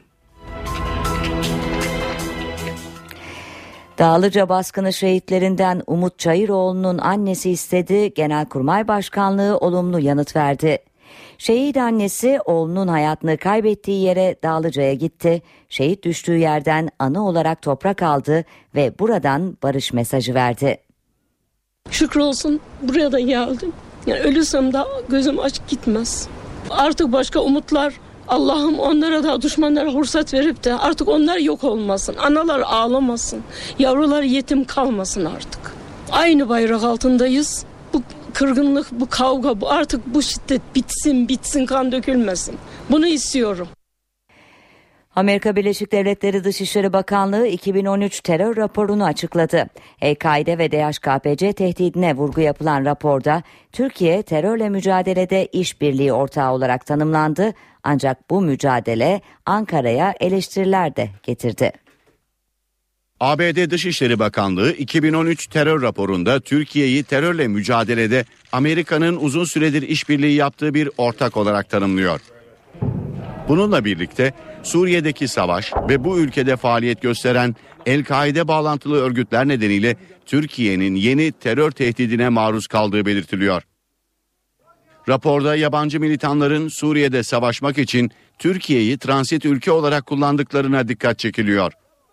Dağlıca baskını şehitlerinden Umut Çayıroğlu'nun annesi istedi, Genelkurmay Başkanlığı olumlu yanıt verdi. Şehit annesi oğlunun hayatını kaybettiği yere Dağlıca'ya gitti. Şehit düştüğü yerden anı olarak toprak aldı ve buradan barış mesajı verdi. Şükür olsun buraya da geldim. Yani ölürsem de gözüm açık gitmez. Artık başka umutlar, Allah'ım onlara da düşmanlara fırsat verip de artık onlar yok olmasın. Analar ağlamasın. Yavrular yetim kalmasın artık. Aynı bayrak altındayız. Bu kırgınlık, bu kavga, bu artık bu şiddet bitsin, bitsin, kan dökülmesin. Bunu istiyorum. Amerika Birleşik Devletleri Dışişleri Bakanlığı iki bin on üç terör raporunu açıkladı. El-Kaide ve D H K P C tehdidine vurgu yapılan raporda Türkiye terörle mücadelede işbirliği ortağı olarak tanımlandı. Ancak bu mücadele Ankara'ya eleştiriler de getirdi. A B D Dışişleri Bakanlığı iki bin on üç terör raporunda Türkiye'yi terörle mücadelede Amerika'nın uzun süredir işbirliği yaptığı bir ortak olarak tanımlıyor. Bununla birlikte Suriye'deki savaş ve bu ülkede faaliyet gösteren El-Kaide bağlantılı örgütler nedeniyle Türkiye'nin yeni terör tehdidine maruz kaldığı belirtiliyor. Raporda yabancı militanların Suriye'de savaşmak için Türkiye'yi transit ülke olarak kullandıklarına dikkat çekiliyor.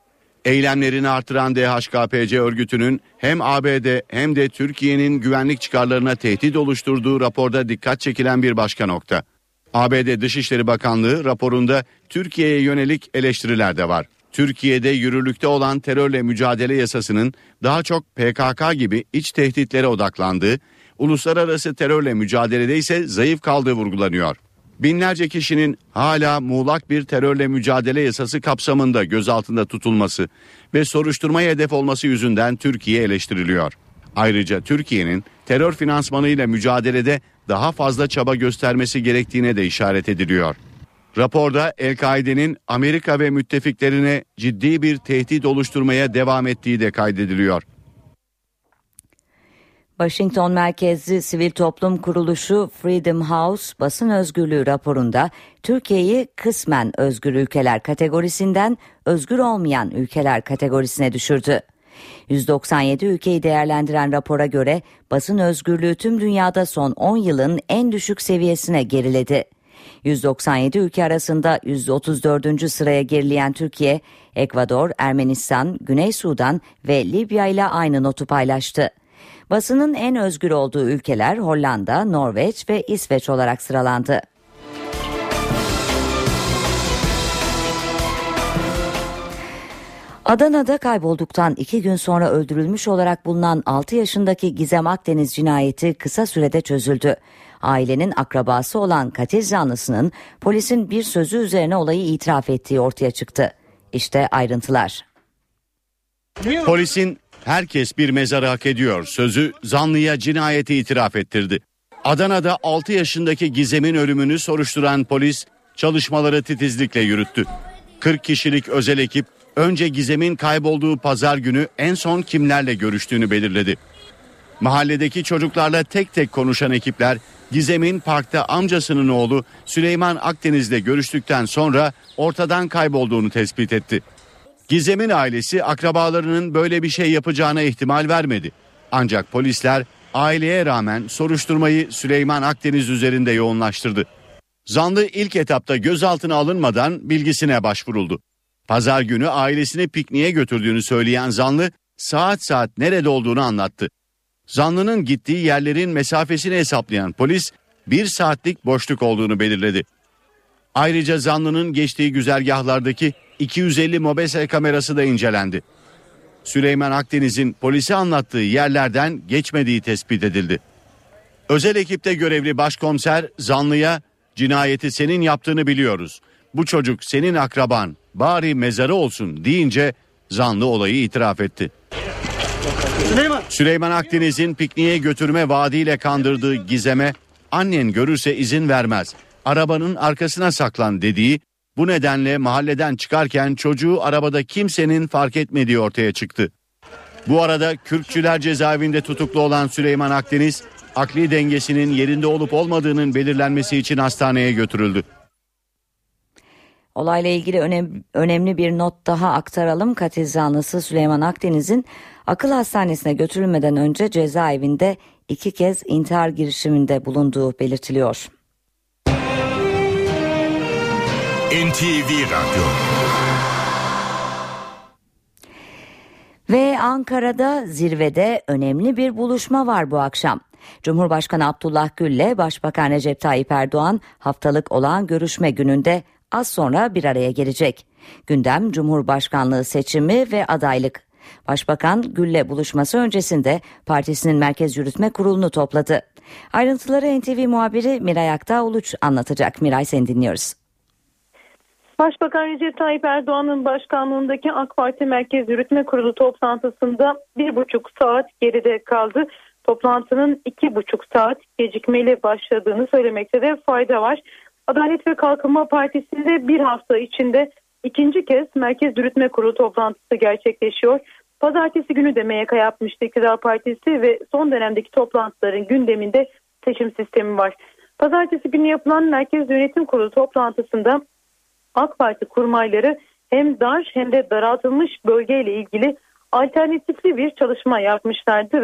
Eylemlerini artıran D H K P C örgütünün hem A B D hem de Türkiye'nin güvenlik çıkarlarına tehdit oluşturduğu raporda dikkat çekilen bir başka nokta. A B D Dışişleri Bakanlığı raporunda Türkiye'ye yönelik eleştiriler de var. Türkiye'de yürürlükte olan terörle mücadele yasasının daha çok P K K gibi iç tehditlere odaklandığı, uluslararası terörle mücadelede ise zayıf kaldığı vurgulanıyor. Binlerce kişinin hala muğlak bir terörle mücadele yasası kapsamında gözaltında tutulması ve soruşturmaya hedef olması yüzünden Türkiye eleştiriliyor. Ayrıca Türkiye'nin terör finansmanıyla mücadelede daha fazla çaba göstermesi gerektiğine de işaret ediliyor. Raporda El-Kaide'nin Amerika ve müttefiklerine ciddi bir tehdit oluşturmaya devam ettiği de kaydediliyor. Washington merkezli sivil toplum kuruluşu Freedom House basın özgürlüğü raporunda Türkiye'yi kısmen özgür ülkeler kategorisinden özgür olmayan ülkeler kategorisine düşürdü. yüz doksan yedi ülkeyi değerlendiren rapora göre basın özgürlüğü tüm dünyada son on yılın en düşük seviyesine geriledi. yüz doksan yedi ülke arasında yüz otuz dördüncü sıraya gerileyen Türkiye, Ekvador, Ermenistan, Güney Sudan ve Libya ile aynı notu paylaştı. Basının en özgür olduğu ülkeler Hollanda, Norveç ve İsveç olarak sıralandı. Adana'da kaybolduktan iki gün sonra öldürülmüş olarak bulunan altı yaşındaki Gizem Akdeniz cinayeti kısa sürede çözüldü. Ailenin akrabası olan katil zanlısının polisin bir sözü üzerine olayı itiraf ettiği ortaya çıktı. İşte ayrıntılar. Polisin "herkes bir mezarı hak ediyor" sözü zanlıya cinayeti itiraf ettirdi. Adana'da altı yaşındaki Gizem'in ölümünü soruşturan polis çalışmaları titizlikle yürüttü. kırk kişilik özel ekip önce Gizem'in kaybolduğu pazar günü en son kimlerle görüştüğünü belirledi. Mahalledeki çocuklarla tek tek konuşan ekipler Gizem'in parkta amcasının oğlu Süleyman Akdeniz'le görüştükten sonra ortadan kaybolduğunu tespit etti. Gizem'in ailesi akrabalarının böyle bir şey yapacağına ihtimal vermedi. Ancak polisler aileye rağmen soruşturmayı Süleyman Akdeniz üzerinde yoğunlaştırdı. Zanlı ilk etapta gözaltına alınmadan bilgisine başvuruldu. Pazar günü ailesini pikniğe götürdüğünü söyleyen zanlı saat saat nerede olduğunu anlattı. Zanlının gittiği yerlerin mesafesini hesaplayan polis bir saatlik boşluk olduğunu belirledi. Ayrıca zanlının geçtiği güzergahlardaki iki yüz elli mobese kamerası da incelendi. Süleyman Akdeniz'in polise anlattığı yerlerden geçmediği tespit edildi. Özel ekipte görevli başkomiser zanlıya "cinayeti senin yaptığını biliyoruz. Bu çocuk senin akraban, bari mezarı olsun" deyince zanlı olayı itiraf etti. Süleyman, Süleyman Akdeniz'in pikniğe götürme vaadiyle kandırdığı Gizem'e "annen görürse izin vermez, arabanın arkasına saklan" dediği, bu nedenle mahalleden çıkarken çocuğu arabada kimsenin fark etmediği ortaya çıktı. Bu arada Kürkçüler cezaevinde tutuklu olan Süleyman Akdeniz, akli dengesinin yerinde olup olmadığının belirlenmesi için hastaneye götürüldü. Olayla ilgili önem, önemli bir not daha aktaralım. Katil zanlısı Süleyman Akdeniz'in akıl hastanesine götürülmeden önce cezaevinde iki kez intihar girişiminde bulunduğu belirtiliyor. N T V Radyo. Ve Ankara'da zirvede önemli bir buluşma var bu akşam. Cumhurbaşkanı Abdullah Gül ile Başbakan Recep Tayyip Erdoğan haftalık olağan görüşme gününde az sonra bir araya gelecek. Gündem Cumhurbaşkanlığı seçimi ve adaylık. Başbakan Gül'le buluşması öncesinde partisinin Merkez Yürütme Kurulu'nu topladı. Ayrıntıları N T V muhabiri Miray Aktağ Uluç anlatacak. Miray, seni dinliyoruz. Başbakan Recep Tayyip Erdoğan'ın başkanlığındaki AK Parti Merkez Yürütme Kurulu toplantısında bir buçuk saat geride kaldı. Toplantının iki buçuk saat gecikmeli başladığını söylemekte de fayda var. Adalet ve Kalkınma Partisi'nde bir hafta içinde ikinci kez Merkez Yürütme Kurulu toplantısı gerçekleşiyor. Pazartesi günü de M Y K yapmıştı İktidar Partisi ve son dönemdeki toplantıların gündeminde seçim sistemi var. Pazartesi günü yapılan Merkez Yönetim Kurulu toplantısında AK Parti kurmayları hem dar hem de daraltılmış bölgeyle ilgili alternatifli bir çalışma yapmışlardı ve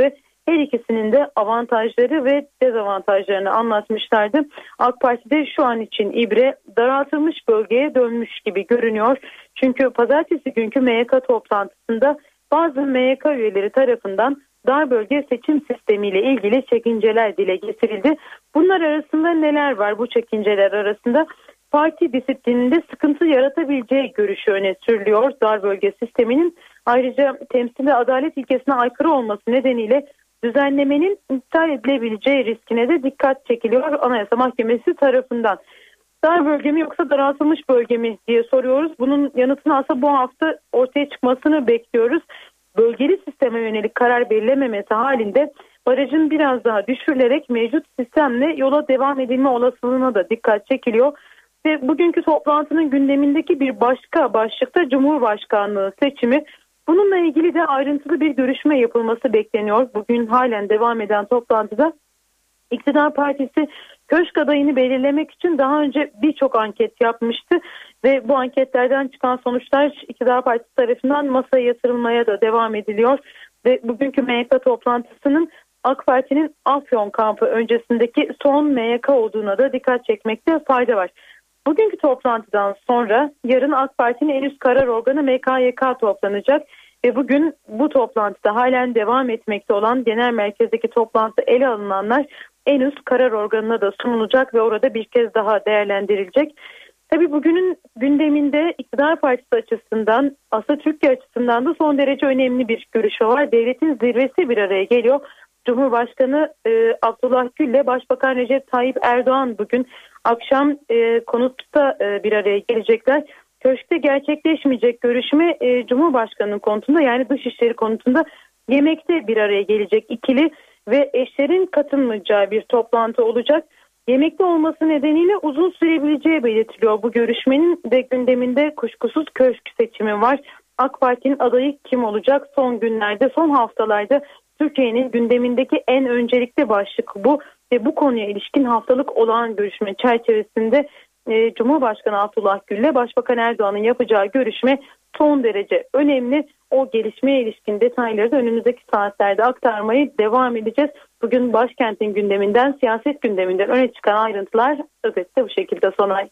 her ikisinin de avantajları ve dezavantajlarını anlatmışlardı. AK Parti'de şu an için ibre daraltılmış bölgeye dönmüş gibi görünüyor. Çünkü pazartesi günkü M Y K toplantısında bazı M Y K üyeleri tarafından dar bölge seçim sistemiyle ilgili çekinceler dile getirildi. Bunlar arasında neler var? Bu çekinceler arasında parti disiplininde sıkıntı yaratabileceği görüşü öne sürülüyor dar bölge sisteminin. Ayrıca temsil ve adalet ilkesine aykırı olması nedeniyle düzenlemenin iptal edilebileceği riskine de dikkat çekiliyor Anayasa Mahkemesi tarafından. Dar bölge mi yoksa daraltılmış bölge mi diye soruyoruz. Bunun yanıtını aslında bu hafta ortaya çıkmasını bekliyoruz. Bölgeli sisteme yönelik karar belirlememesi halinde barajın biraz daha düşürülerek mevcut sistemle yola devam edilme olasılığına da dikkat çekiliyor. Ve bugünkü toplantının gündemindeki bir başka başlıkta Cumhurbaşkanlığı seçimi. Bununla ilgili de ayrıntılı bir görüşme yapılması bekleniyor. Bugün halen devam eden toplantıda İktidar Partisi köşk adayını belirlemek için daha önce birçok anket yapmıştı ve bu anketlerden çıkan sonuçlar İktidar Partisi tarafından masaya yatırılmaya da devam ediliyor ve bugünkü M Y K toplantısının AK Parti'nin Afyon kampı öncesindeki son M Y K olduğuna da dikkat çekmekte fayda var. Bugünkü toplantıdan sonra yarın AK Parti'nin en üst karar organı M K Y K toplanacak ve bugün bu toplantıda halen devam etmekte olan genel merkezdeki toplantı ele alınanlar en üst karar organına da sunulacak ve orada bir kez daha değerlendirilecek. Tabii bugünün gündeminde İktidar Partisi açısından, aslında Türkiye açısından da son derece önemli bir görüşü var. Devletin zirvesi bir araya geliyor. Cumhurbaşkanı e, Abdullah Gül ile Başbakan Recep Tayyip Erdoğan bugün akşam e, konutta e, bir araya gelecekler. Köşkte gerçekleşmeyecek görüşme e, Cumhurbaşkanı'nın konutunda, yani Dışişleri konutunda yemekte bir araya gelecek ikili ve eşlerin katılmayacağı bir toplantı olacak. Yemekte olması nedeniyle uzun sürebileceği belirtiliyor. Bu görüşmenin de gündeminde kuşkusuz köşk seçimi var. AK Parti'nin adayı kim olacak? Son günlerde, son haftalarda Türkiye'nin gündemindeki en öncelikli başlık bu ve bu konuya ilişkin haftalık olağan görüşme çerçevesinde e, Cumhurbaşkanı Abdullah Gül ile Başbakan Erdoğan'ın yapacağı görüşme son derece önemli. O gelişmeye ilişkin detayları da önümüzdeki saatlerde aktarmayı devam edeceğiz. Bugün başkentin gündeminden, siyaset gündeminden öne çıkan ayrıntılar özetle bu şekilde. Sonay.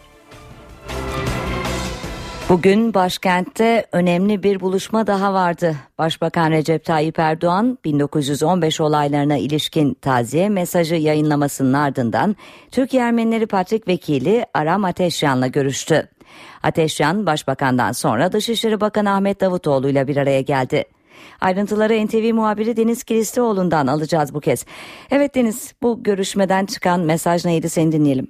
Bugün başkentte önemli bir buluşma daha vardı. Başbakan Recep Tayyip Erdoğan bin dokuz yüz on beş olaylarına ilişkin taziye mesajı yayınlamasının ardından Türkiye Ermenileri Patrik Vekili Aram Ateşyan'la görüştü. Ateşyan, Başbakan'dan sonra Dışişleri Bakanı Ahmet Davutoğlu ile bir araya geldi. Ayrıntıları N T V muhabiri Deniz Kilislioğlu'ndan alacağız bu kez. Evet Deniz, bu görüşmeden çıkan mesaj neydi, seni dinleyelim.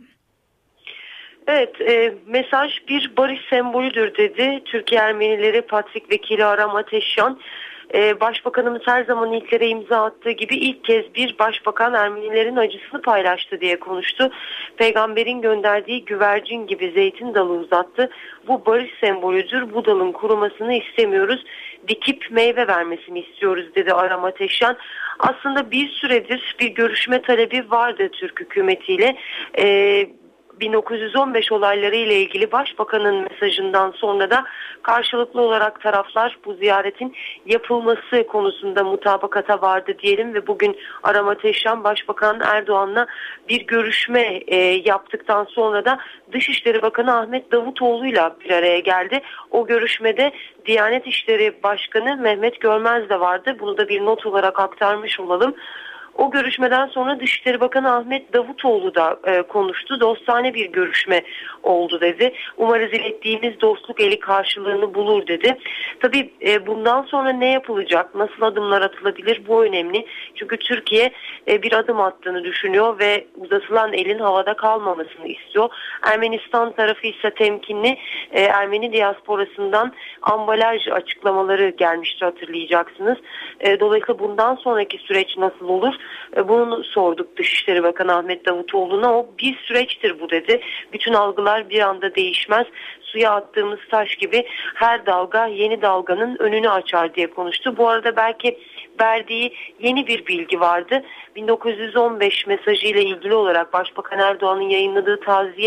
Evet, e, mesaj bir barış sembolüdür dedi Türkiye Ermenileri Patrik Vekili Aram Ateşyan. E, Başbakanımız her zaman ilklere imza attığı gibi ilk kez bir başbakan Ermenilerin acısını paylaştı diye konuştu. Peygamberin gönderdiği güvercin gibi zeytin dalı uzattı. Bu barış sembolüdür, bu dalın kurumasını istemiyoruz, dikip meyve vermesini istiyoruz dedi Aram Ateşyan. Aslında bir süredir bir görüşme talebi vardı Türk hükümetiyle. E, bin dokuz yüz on beş olayları ile ilgili Başbakanın mesajından sonra da karşılıklı olarak taraflar bu ziyaretin yapılması konusunda mutabakata vardı diyelim ve bugün Aram Ateşyan Başbakan Erdoğan'la bir görüşme e, yaptıktan sonra da Dışişleri Bakanı Ahmet Davutoğlu'yla bir araya geldi. O görüşmede Diyanet İşleri Başkanı Mehmet Görmez de vardı. Bunu da bir not olarak aktarmış olalım. O görüşmeden sonra Dışişleri Bakanı Ahmet Davutoğlu da e, konuştu. Dostane bir görüşme oldu dedi. Umarız ilettiğimiz dostluk eli karşılığını bulur dedi. Tabii e, bundan sonra ne yapılacak, nasıl adımlar atılabilir, bu önemli. Çünkü Türkiye e, bir adım attığını düşünüyor ve uzatılan elin havada kalmamasını istiyor. Ermenistan tarafı ise temkinli. E, Ermeni diasporasından ambalaj açıklamaları gelmişti, hatırlayacaksınız. E, dolayısıyla bundan sonraki süreç nasıl olur? Bunu sorduk Dışişleri Bakanı Ahmet Davutoğlu'na. O bir süreçtir bu dedi. Bütün algılar bir anda değişmez. Suya attığımız taş gibi her dalga yeni dalganın önünü açar diye konuştu. Bu arada belki verdiği yeni bir bilgi vardı. bin dokuz yüz on beş mesajıyla ilgili olarak Başbakan Erdoğan'ın yayınladığı taziye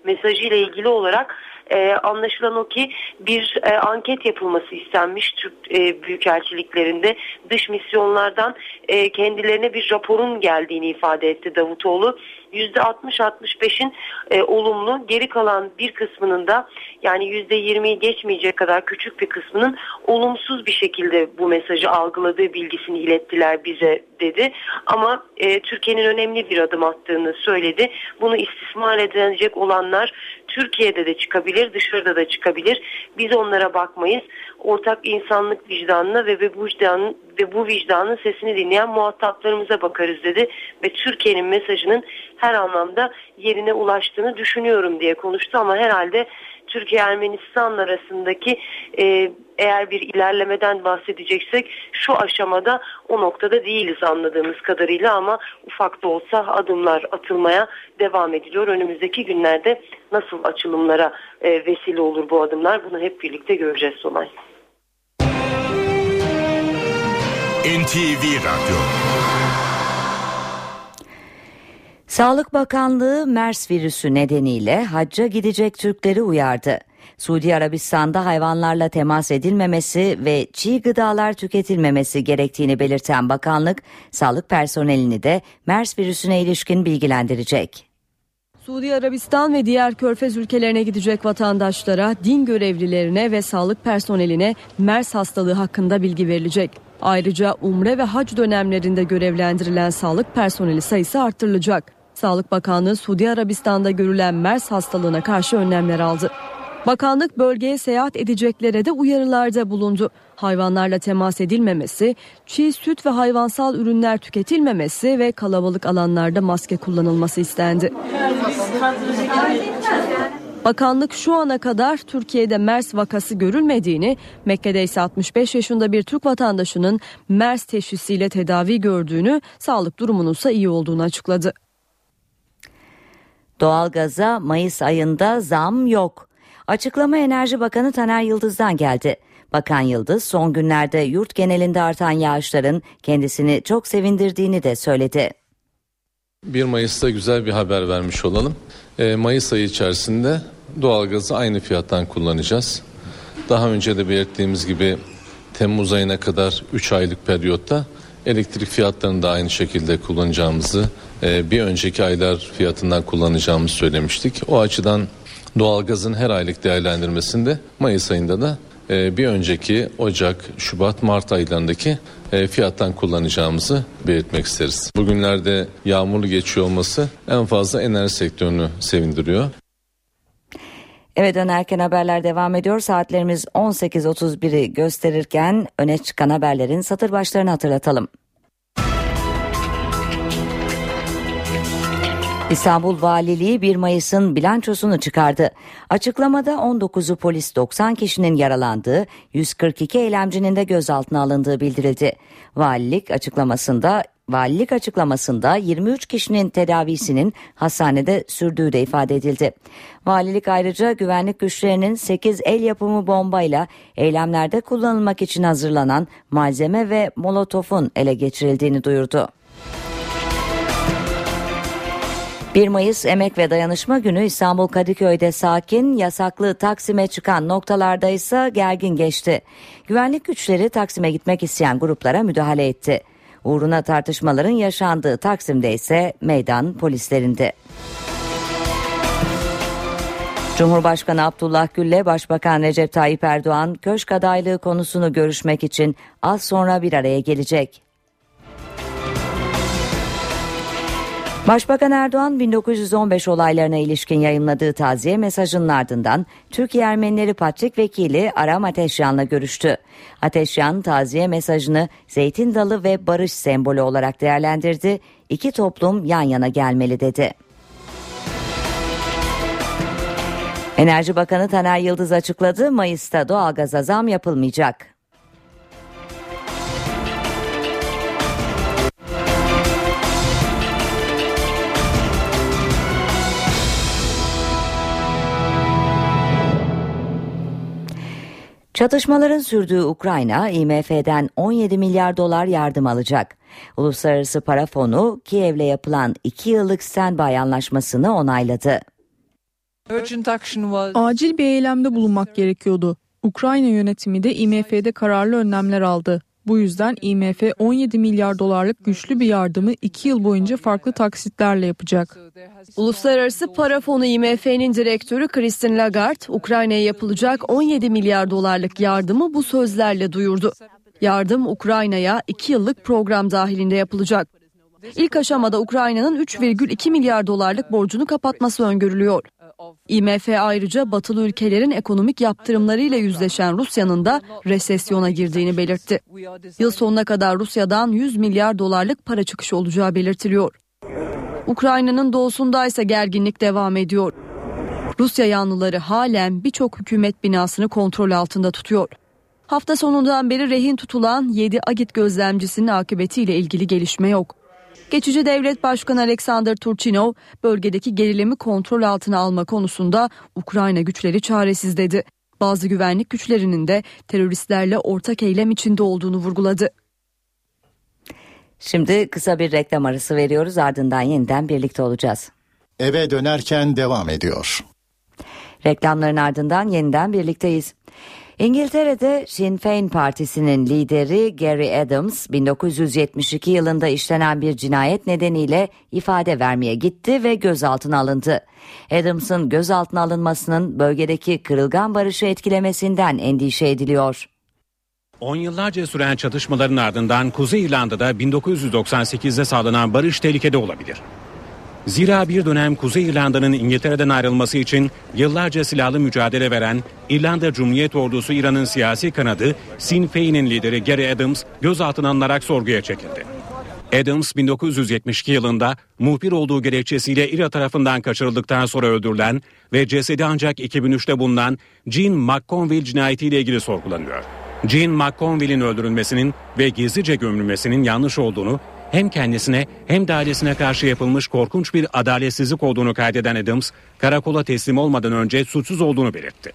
mesajıyla ilgili olarak e, anlaşılan o ki bir e, anket yapılması istenmiş Türk e, büyükelçiliklerinde. Dış misyonlardan e, kendilerine bir raporun geldiğini ifade etti Davutoğlu. yüzde altmış altmış beşin e, olumlu, geri kalan bir kısmının da, yani yüzde yirmiyi geçmeyecek kadar küçük bir kısmının olumsuz bir şekilde bu mesajı algıladığı bilgisini ilettiler bize dedi. Ama e, Türkiye'nin önemli bir adım attığını söyledi. Bunu istismar edilecek olanlar Türkiye'de de çıkabilir, dışarıda da çıkabilir. Biz onlara bakmayız. Ortak insanlık vicdanına ve bu vicdanın ve bu vicdanın sesini dinleyen muhataplarımıza bakarız dedi ve Türkiye'nin mesajının her anlamda yerine ulaştığını düşünüyorum diye konuştu. Ama herhalde Türkiye-Ermenistan arasındaki e, eğer bir ilerlemeden bahsedeceksek şu aşamada o noktada değiliz anladığımız kadarıyla, ama ufak da olsa adımlar atılmaya devam ediliyor. Önümüzdeki günlerde nasıl açılımlara e, vesile olur bu adımlar, bunu hep birlikte göreceğiz Sonay. N T V Radyo. Sağlık Bakanlığı MERS virüsü nedeniyle hacca gidecek Türkleri uyardı. Suudi Arabistan'da hayvanlarla temas edilmemesi ve çiğ gıdalar tüketilmemesi gerektiğini belirten bakanlık, sağlık personelini de MERS virüsüne ilişkin bilgilendirecek. Suudi Arabistan ve diğer Körfez ülkelerine gidecek vatandaşlara, din görevlilerine ve sağlık personeline MERS hastalığı hakkında bilgi verilecek. Ayrıca umre ve hac dönemlerinde görevlendirilen sağlık personeli sayısı artırılacak. Sağlık Bakanlığı Suudi Arabistan'da görülen MERS hastalığına karşı önlemler aldı. Bakanlık bölgeye seyahat edeceklere de uyarılarda bulundu. Hayvanlarla temas edilmemesi, çiğ süt ve hayvansal ürünler tüketilmemesi ve kalabalık alanlarda maske kullanılması istendi. Bakanlık şu ana kadar Türkiye'de MERS vakası görülmediğini, Mekke'de ise altmış beş yaşında bir Türk vatandaşının MERS teşhisiyle tedavi gördüğünü, sağlık durumunun ise iyi olduğunu açıkladı. Doğalgaza Mayıs ayında zam yok. Açıklama Enerji Bakanı Taner Yıldız'dan geldi. Bakan Yıldız son günlerde yurt genelinde artan yağışların kendisini çok sevindirdiğini de söyledi. bir Mayıs'ta güzel bir haber vermiş olalım. E, Mayıs ayı içerisinde doğalgazı aynı fiyattan kullanacağız. Daha önce de belirttiğimiz gibi Temmuz ayına kadar üç aylık periyotta elektrik fiyatlarını da aynı şekilde kullanacağımızı, e, bir önceki aylar fiyatından kullanacağımızı söylemiştik. O açıdan doğalgazın her aylık değerlendirmesinde Mayıs ayında da e, bir önceki Ocak, Şubat, Mart aylarındaki e, fiyattan kullanacağımızı belirtmek isteriz. Bugünlerde yağmurlu geçiyor olması en fazla enerji sektörünü sevindiriyor. Eve dönerken haberler devam ediyor. Saatlerimiz on sekiz otuz biri gösterirken öne çıkan haberlerin satır başlarını hatırlatalım. İstanbul Valiliği bir Mayıs'ın bilançosunu çıkardı. Açıklamada on dokuzu polis, doksan kişinin yaralandığı, yüz kırk iki eylemcinin de gözaltına alındığı bildirildi. Valilik açıklamasında Valilik açıklamasında yirmi üç kişinin tedavisinin hastanede sürdüğü de ifade edildi. Valilik ayrıca güvenlik güçlerinin sekiz el yapımı bombayla eylemlerde kullanılmak için hazırlanan malzeme ve molotofun ele geçirildiğini duyurdu. bir Mayıs Emek ve Dayanışma Günü İstanbul Kadıköy'de sakin, yasaklı Taksim'e çıkan noktalarda ise gergin geçti. Güvenlik güçleri Taksim'e gitmek isteyen gruplara müdahale etti. Uğruna tartışmaların yaşandığı Taksim'de ise meydan polislerinde. Cumhurbaşkanı Abdullah Gül'le Başbakan Recep Tayyip Erdoğan köşk adaylığı konusunu görüşmek için az sonra bir araya gelecek. Başbakan Erdoğan bin dokuz yüz on beş olaylarına ilişkin yayımladığı taziye mesajının ardından Türkiye Ermenileri Patrik Vekili Aram Ateşyan'la görüştü. Ateşyan taziye mesajını zeytin dalı ve barış sembolü olarak değerlendirdi. İki toplum yan yana gelmeli dedi. Enerji Bakanı Taner Yıldız açıkladı. Mayıs'ta doğalgaza zam yapılmayacak. Çatışmaların sürdüğü Ukrayna, I M F'den on yedi milyar dolar yardım alacak. Uluslararası Para Fonu, Kiev'le yapılan iki yıllık standby anlaşmasını onayladı. Acil bir eylemde bulunmak gerekiyordu. Ukrayna yönetimi de I M F'de kararlı önlemler aldı. Bu yüzden I M F on yedi milyar dolarlık güçlü bir yardımı iki yıl boyunca farklı taksitlerle yapacak. Uluslararası Para Fonu I M F'nin direktörü Christine Lagarde, Ukrayna'ya yapılacak on yedi milyar dolarlık yardımı bu sözlerle duyurdu. Yardım Ukrayna'ya iki yıllık program dahilinde yapılacak. İlk aşamada Ukrayna'nın üç virgül iki milyar dolarlık borcunu kapatması öngörülüyor. I M F ayrıca batılı ülkelerin ekonomik yaptırımlarıyla yüzleşen Rusya'nın da resesyona girdiğini belirtti. Yıl sonuna kadar Rusya'dan yüz milyar dolarlık para çıkışı olacağı belirtiliyor. Ukrayna'nın doğusunda ise gerginlik devam ediyor. Rusya yanlıları halen birçok hükümet binasını kontrol altında tutuyor. Hafta sonundan beri rehin tutulan yedi Agit gözlemcisinin akıbetiyle ilgili gelişme yok. Geçici Devlet Başkanı Alexander Turchinov, bölgedeki gerilimi kontrol altına alma konusunda Ukrayna güçleri çaresiz dedi. Bazı güvenlik güçlerinin de teröristlerle ortak eylem içinde olduğunu vurguladı. Şimdi kısa bir reklam arası veriyoruz, ardından yeniden birlikte olacağız. Eve dönerken devam ediyor. Reklamların ardından yeniden birlikteyiz. İngiltere'de Sinn Féin Partisi'nin lideri Gary Adams bin dokuz yüz yetmiş iki yılında işlenen bir cinayet nedeniyle ifade vermeye gitti ve gözaltına alındı. Adams'ın gözaltına alınmasının bölgedeki kırılgan barışı etkilemesinden endişe ediliyor. On yıllarca süren çatışmaların ardından Kuzey İrlanda'da bin dokuz yüz doksan sekizde sağlanan barış tehlikede olabilir. Zira bir dönem Kuzey İrlanda'nın İngiltere'den ayrılması için yıllarca silahlı mücadele veren İrlanda Cumhuriyet Ordusu İran'ın siyasi kanadı Sinn Féin'in lideri Gary Adams gözaltına alınarak sorguya çekildi. Adams bin dokuz yüz yetmiş iki yılında muhbir olduğu gerekçesiyle İRA tarafından kaçırıldıktan sonra öldürülen ve cesedi ancak iki bin üçte bulunan Jean McConville cinayetiyle ilgili sorgulanıyor. Jean McConville'in öldürülmesinin ve gizlice gömülmesinin yanlış olduğunu, hem kendisine hem de ailesine karşı yapılmış korkunç bir adaletsizlik olduğunu kaydeden Adams, karakola teslim olmadan önce suçsuz olduğunu belirtti.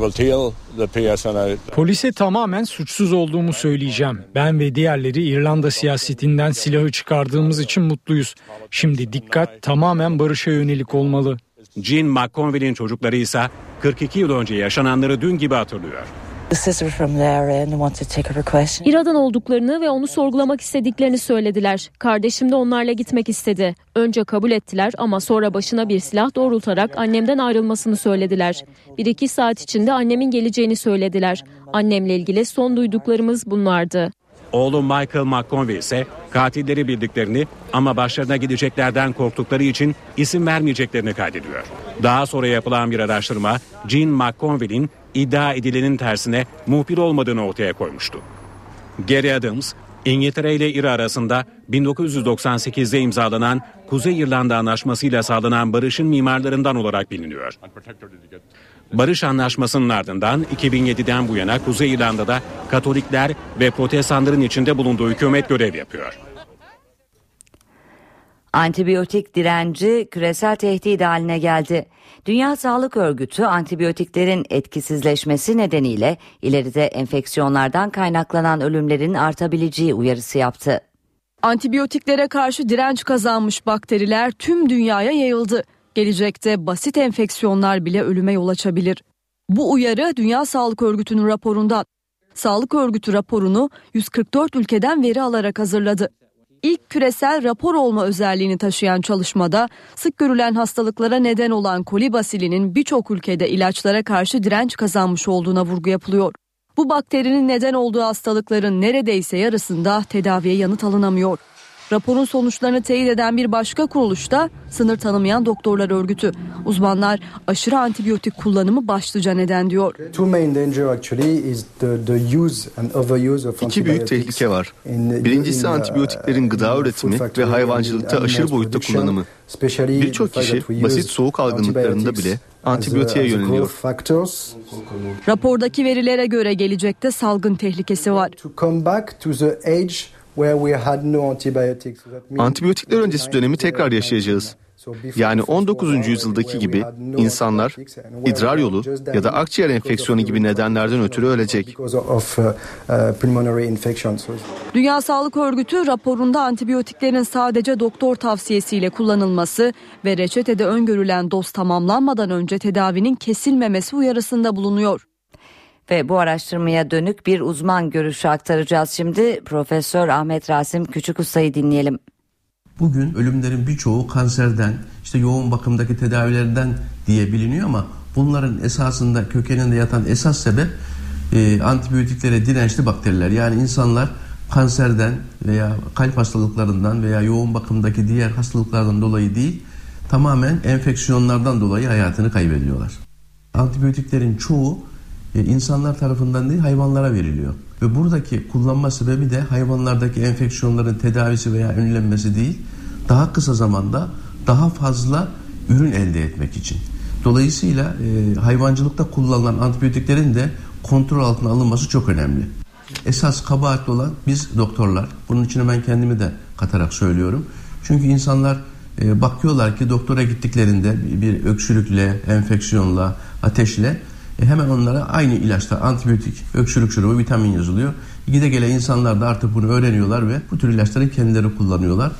Polise tamamen suçsuz olduğumu söyleyeceğim. Ben ve diğerleri İrlanda siyasetinden silahı çıkardığımız için mutluyuz. Şimdi dikkat tamamen barışa yönelik olmalı. Jean McConville'in çocukları ise kırk iki yıl önce yaşananları dün gibi hatırlıyor. İRA'dan olduklarını ve onu sorgulamak istediklerini söylediler. Kardeşim de onlarla gitmek istedi. Önce kabul ettiler ama sonra başına bir silah doğrultarak annemden ayrılmasını söylediler. Bir iki saat içinde annemin geleceğini söylediler. Annemle ilgili son duyduklarımız bunlardı. Oğlu Michael McConville ise katilleri bildiklerini ama başlarına gideceklerden korktukları için isim vermeyeceklerini kaydediyor. Daha sonra yapılan bir araştırma Jean McConville'in iddia edilenin tersine muhbir olmadığını ortaya koymuştu. Gary Adams, İngiltere ile İRA arasında bin dokuz yüz doksan sekizde imzalanan Kuzey İrlanda Anlaşması'yla sağlanan barışın mimarlarından olarak biliniyor. Barış Anlaşması'nın ardından iki bin yediden bu yana Kuzey İrlanda'da Katolikler ve Protestanların içinde bulunduğu hükümet görev yapıyor. Antibiyotik direnci küresel tehdit haline geldi. Dünya Sağlık Örgütü antibiyotiklerin etkisizleşmesi nedeniyle ileride enfeksiyonlardan kaynaklanan ölümlerin artabileceği uyarısı yaptı. Antibiyotiklere karşı direnç kazanmış bakteriler tüm dünyaya yayıldı. Gelecekte basit enfeksiyonlar bile ölüme yol açabilir. Bu uyarı Dünya Sağlık Örgütü'nün raporundan. Sağlık Örgütü raporunu yüz kırk dört ülkeden veri alarak hazırladı. İlk küresel rapor olma özelliğini taşıyan çalışmada sık görülen hastalıklara neden olan koli basilinin birçok ülkede ilaçlara karşı direnç kazanmış olduğuna vurgu yapılıyor. Bu bakterinin neden olduğu hastalıkların neredeyse yarısında tedaviye yanıt alınamıyor. Raporun sonuçlarını teyit eden bir başka kuruluşta Sınır Tanımayan Doktorlar Örgütü. Uzmanlar aşırı antibiyotik kullanımı başlıca neden diyor. İki büyük tehlike var. Birincisi antibiyotiklerin gıda üretimi ve hayvancılıkta aşırı boyutta kullanımı. Birçok kişi basit soğuk algınlıklarında bile antibiyotiğe yöneliyor. Rapordaki verilere göre gelecekte salgın tehlikesi var. Antibiyotikler öncesi dönemi tekrar yaşayacağız. Yani on dokuzuncu yüzyıldaki gibi insanlar idrar yolu ya da akciğer enfeksiyonu gibi nedenlerden ötürü ölecek. Dünya Sağlık Örgütü raporunda antibiyotiklerin sadece doktor tavsiyesiyle kullanılması ve reçetede öngörülen doz tamamlanmadan önce tedavinin kesilmemesi uyarısında bulunuyor. Ve bu araştırmaya dönük bir uzman görüşü aktaracağız şimdi. Profesör Ahmet Rasim Küçükusta'yı dinleyelim. Bugün ölümlerin birçoğu kanserden, işte yoğun bakımdaki tedavilerden diye biliniyor ama bunların esasında kökeninde yatan esas sebep e, antibiyotiklere dirençli bakteriler. Yani insanlar kanserden veya kalp hastalıklarından veya yoğun bakımdaki diğer hastalıklardan dolayı değil, tamamen enfeksiyonlardan dolayı hayatını kaybediyorlar. Antibiyotiklerin çoğu e, insanlar tarafından değil hayvanlara veriliyor. Ve buradaki kullanma sebebi de hayvanlardaki enfeksiyonların tedavisi veya önlenmesi değil, daha kısa zamanda daha fazla ürün elde etmek için. Dolayısıyla e, hayvancılıkta kullanılan antibiyotiklerin de kontrol altına alınması çok önemli. Esas kabahatli olan biz doktorlar. Bunun için ben kendimi de katarak söylüyorum. Çünkü insanlar e, bakıyorlar ki doktora gittiklerinde bir öksürükle, enfeksiyonla, ateşle e, hemen onlara aynı ilaçta antibiyotik, öksürük şurubu, vitamin yazılıyor. Gide gele insanlar da artık bunu öğreniyorlar ve bu tür ilaçları kendileri kullanıyorlar.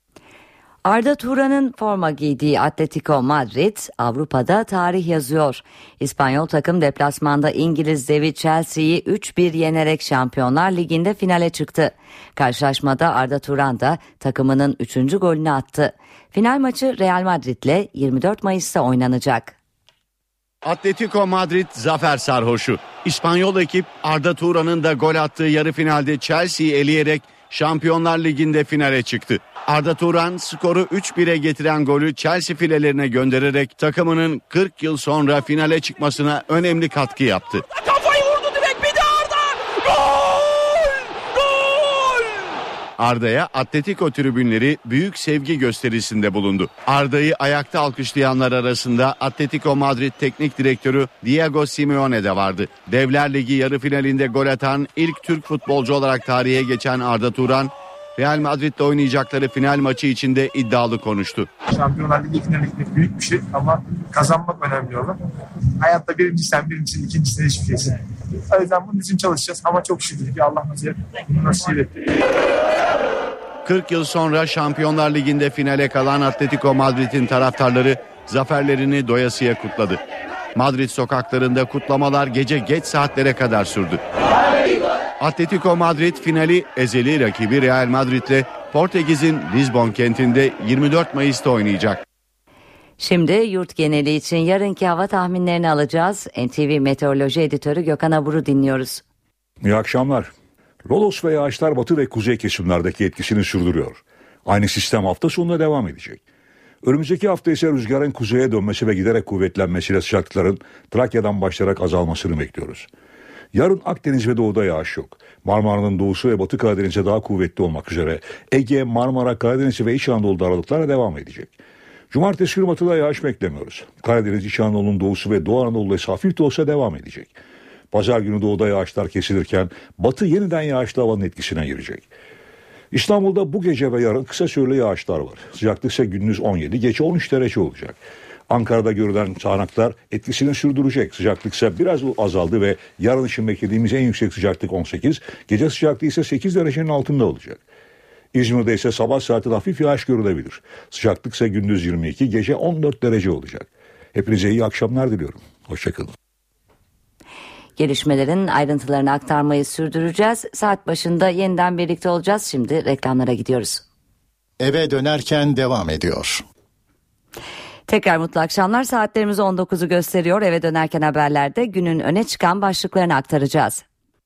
Arda Turan'ın forma giydiği Atletico Madrid Avrupa'da tarih yazıyor. İspanyol takım deplasmanda İngiliz devi Chelsea'yi üç bir yenerek Şampiyonlar Ligi'nde finale çıktı. Karşılaşmada Arda Turan da takımının üçüncü golünü attı. Final maçı Real Madrid'le yirmi dört Mayıs'ta oynanacak. Atletico Madrid zafer sarhoşu. İspanyol ekip Arda Turan'ın da gol attığı yarı finalde Chelsea'yi eleyerek Şampiyonlar Ligi'nde finale çıktı. Arda Turan skoru üç bire getiren golü Chelsea filelerine göndererek takımının kırk yıl sonra finale çıkmasına önemli katkı yaptı. Kafayı vurdu direkt, bir de Arda! Gol! Gol! Arda'ya Atletico tribünleri büyük sevgi gösterisinde bulundu. Arda'yı ayakta alkışlayanlar arasında Atletico Madrid Teknik Direktörü Diego Simeone de vardı. Devler Ligi yarı finalinde gol atan ilk Türk futbolcu olarak tarihe geçen Arda Turan, Real Madrid'le oynayacakları final maçı içinde iddialı konuştu. Şampiyonlar Ligi finaline gitmek büyük bir şey ama kazanmak önemli olan. Hayatta birinci sen birincisin, ikincisi hiçbir şeysin. O yüzden bunun için çalışacağız ama çok şükür ki Allah nasip bunu nasip etti. kırk yıl sonra Şampiyonlar Ligi'nde finale kalan Atletico Madrid'in taraftarları zaferlerini doyasıya kutladı. Madrid sokaklarında kutlamalar gece geç saatlere kadar sürdü. Atletico Madrid finali ezeli rakibi Real Madrid'le Portekiz'in Lisbon kentinde yirmi dört Mayıs'ta oynayacak. Şimdi yurt geneli için yarınki hava tahminlerini alacağız. N T V Meteoroloji Editörü Gökhan Abur'u dinliyoruz. İyi akşamlar. Lodos ve yağışlar batı ve kuzey kesimlerdeki etkisini sürdürüyor. Aynı sistem hafta sonuna devam edecek. Önümüzdeki hafta ise rüzgarın kuzeye dönmesi ve giderek kuvvetlenmesiyle sıcaklıkların Trakya'dan başlayarak azalmasını bekliyoruz. Yarın Akdeniz ve doğuda yağış yok. Marmara'nın doğusu ve Batı Karadeniz'e daha kuvvetli olmak üzere Ege, Marmara, Karadeniz ve İç Anadolu'da aralıklarla devam edecek. Cumartesi günü batıda yağış beklemiyoruz. Karadeniz, İç Anadolu'nun doğusu ve Doğu Anadolu'da ise hafif de olsa devam edecek. Pazar günü doğuda yağışlar kesilirken batı yeniden yağışlı havanın etkisine girecek. İstanbul'da bu gece ve yarın kısa süreli yağışlar var. Sıcaklık ise gündüz on yedi, gece on üç derece olacak. Ankara'da görülen sağanaklar etkisini sürdürecek. Sıcaklık ise biraz azaldı ve yarın için beklediğimiz en yüksek sıcaklık on sekiz, gece sıcaklığı ise sekiz derecenin altında olacak. İzmir'de ise sabah saati hafif yağış görülebilir. Sıcaklık ise gündüz yirmi iki, gece on dört derece olacak. Hepinize iyi akşamlar diliyorum. Hoşçakalın. Gelişmelerin ayrıntılarını aktarmayı sürdüreceğiz. Saat başında yeniden birlikte olacağız. Şimdi reklamlara gidiyoruz. Eve dönerken devam ediyor. Tekrar mutlu akşamlar. Saatlerimiz on dokuzu gösteriyor. Eve dönerken haberlerde günün öne çıkan başlıklarını aktaracağız.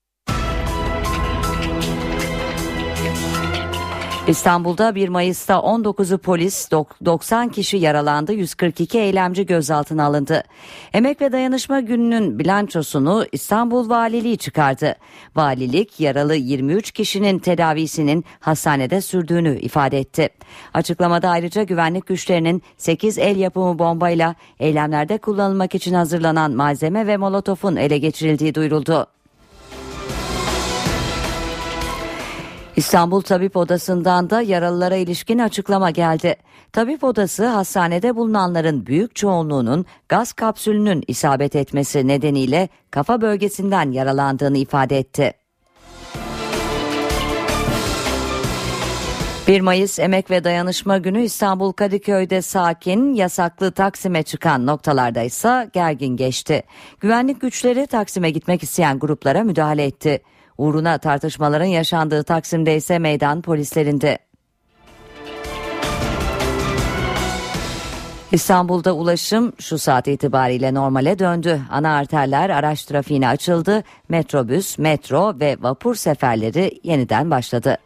İstanbul'da bir Mayıs'ta on dokuzu polis, doksan kişi yaralandı, yüz kırk iki eylemci gözaltına alındı. Emek ve Dayanışma Günü'nün bilançosunu İstanbul Valiliği çıkardı. Valilik yaralı yirmi üç kişinin tedavisinin hastanede sürdüğünü ifade etti. Açıklamada ayrıca güvenlik güçlerinin sekiz el yapımı bombayla eylemlerde kullanılmak için hazırlanan malzeme ve molotofun ele geçirildiği duyuruldu. İstanbul Tabip Odası'ndan da yaralılara ilişkin açıklama geldi. Tabip Odası hastanede bulunanların büyük çoğunluğunun gaz kapsülünün isabet etmesi nedeniyle kafa bölgesinden yaralandığını ifade etti. bir Mayıs Emek ve Dayanışma Günü İstanbul Kadıköy'de sakin, yasaklı Taksim'e çıkan noktalarda ise gergin geçti. Güvenlik güçleri Taksim'e gitmek isteyen gruplara müdahale etti. Uğruna tartışmaların yaşandığı Taksim'de ise meydan polislerinde. İstanbul'da ulaşım şu saat itibariyle normale döndü. Ana arterler araç trafiğine açıldı. Metrobüs, metro ve vapur seferleri yeniden başladı.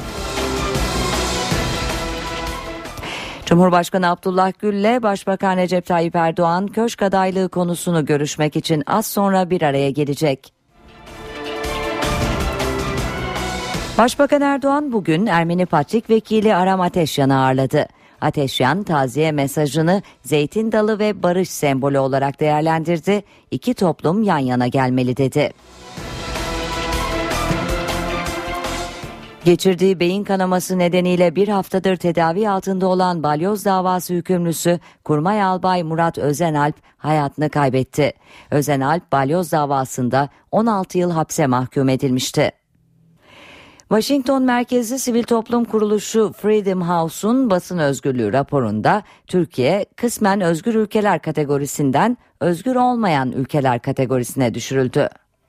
Cumhurbaşkanı Abdullah Gül'le Başbakan Recep Tayyip Erdoğan köşk adaylığı konusunu görüşmek için az sonra bir araya gelecek. Başbakan Erdoğan bugün Ermeni Patrik Vekili Aram Ateşyan'ı ağırladı. Ateşyan taziye mesajını zeytin dalı ve barış sembolü olarak değerlendirdi. İki toplum yan yana gelmeli dedi. Geçirdiği beyin kanaması nedeniyle bir haftadır tedavi altında olan balyoz davası hükümlüsü Kurmay Albay Murat Özenalp hayatını kaybetti. Özenalp balyoz davasında on altı yıl hapse mahkum edilmişti. Washington merkezli sivil toplum kuruluşu Freedom House'un basın özgürlüğü raporunda Türkiye kısmen özgür ülkeler kategorisinden özgür olmayan ülkeler kategorisine düşürüldü.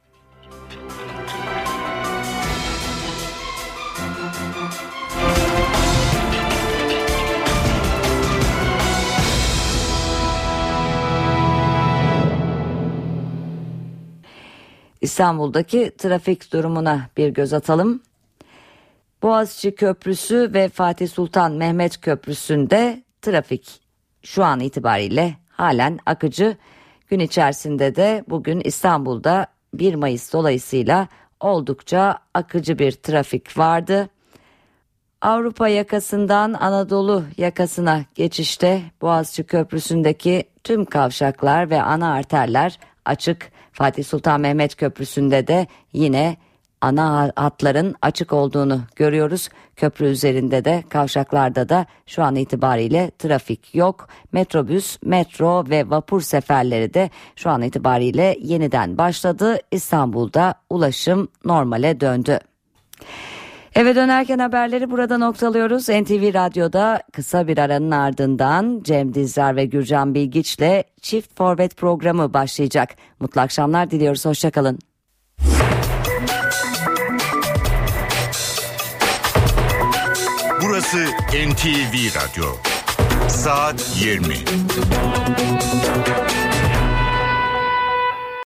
İstanbul'daki trafik durumuna bir göz atalım. Boğaziçi Köprüsü ve Fatih Sultan Mehmet Köprüsü'nde trafik şu an itibariyle halen akıcı. Gün içerisinde de bugün İstanbul'da bir Mayıs dolayısıyla oldukça akıcı bir trafik vardı. Avrupa yakasından Anadolu yakasına geçişte Boğaziçi Köprüsü'ndeki tüm kavşaklar ve ana arterler açık. Fatih Sultan Mehmet Köprüsü'nde de yine ana hatların açık olduğunu görüyoruz. Köprü üzerinde de kavşaklarda da şu an itibariyle trafik yok. Metrobüs, metro ve vapur seferleri de şu an itibariyle yeniden başladı. İstanbul'da ulaşım normale döndü. Eve dönerken haberleri burada noktalıyoruz. N T V Radyo'da kısa bir aranın ardından Cem Dizdar ve Gürcan Bilgiç'le Çift Forvet programı başlayacak. Mutlu akşamlar diliyoruz. Hoşçakalın. Burası N T V Radyo. Saat yirmi.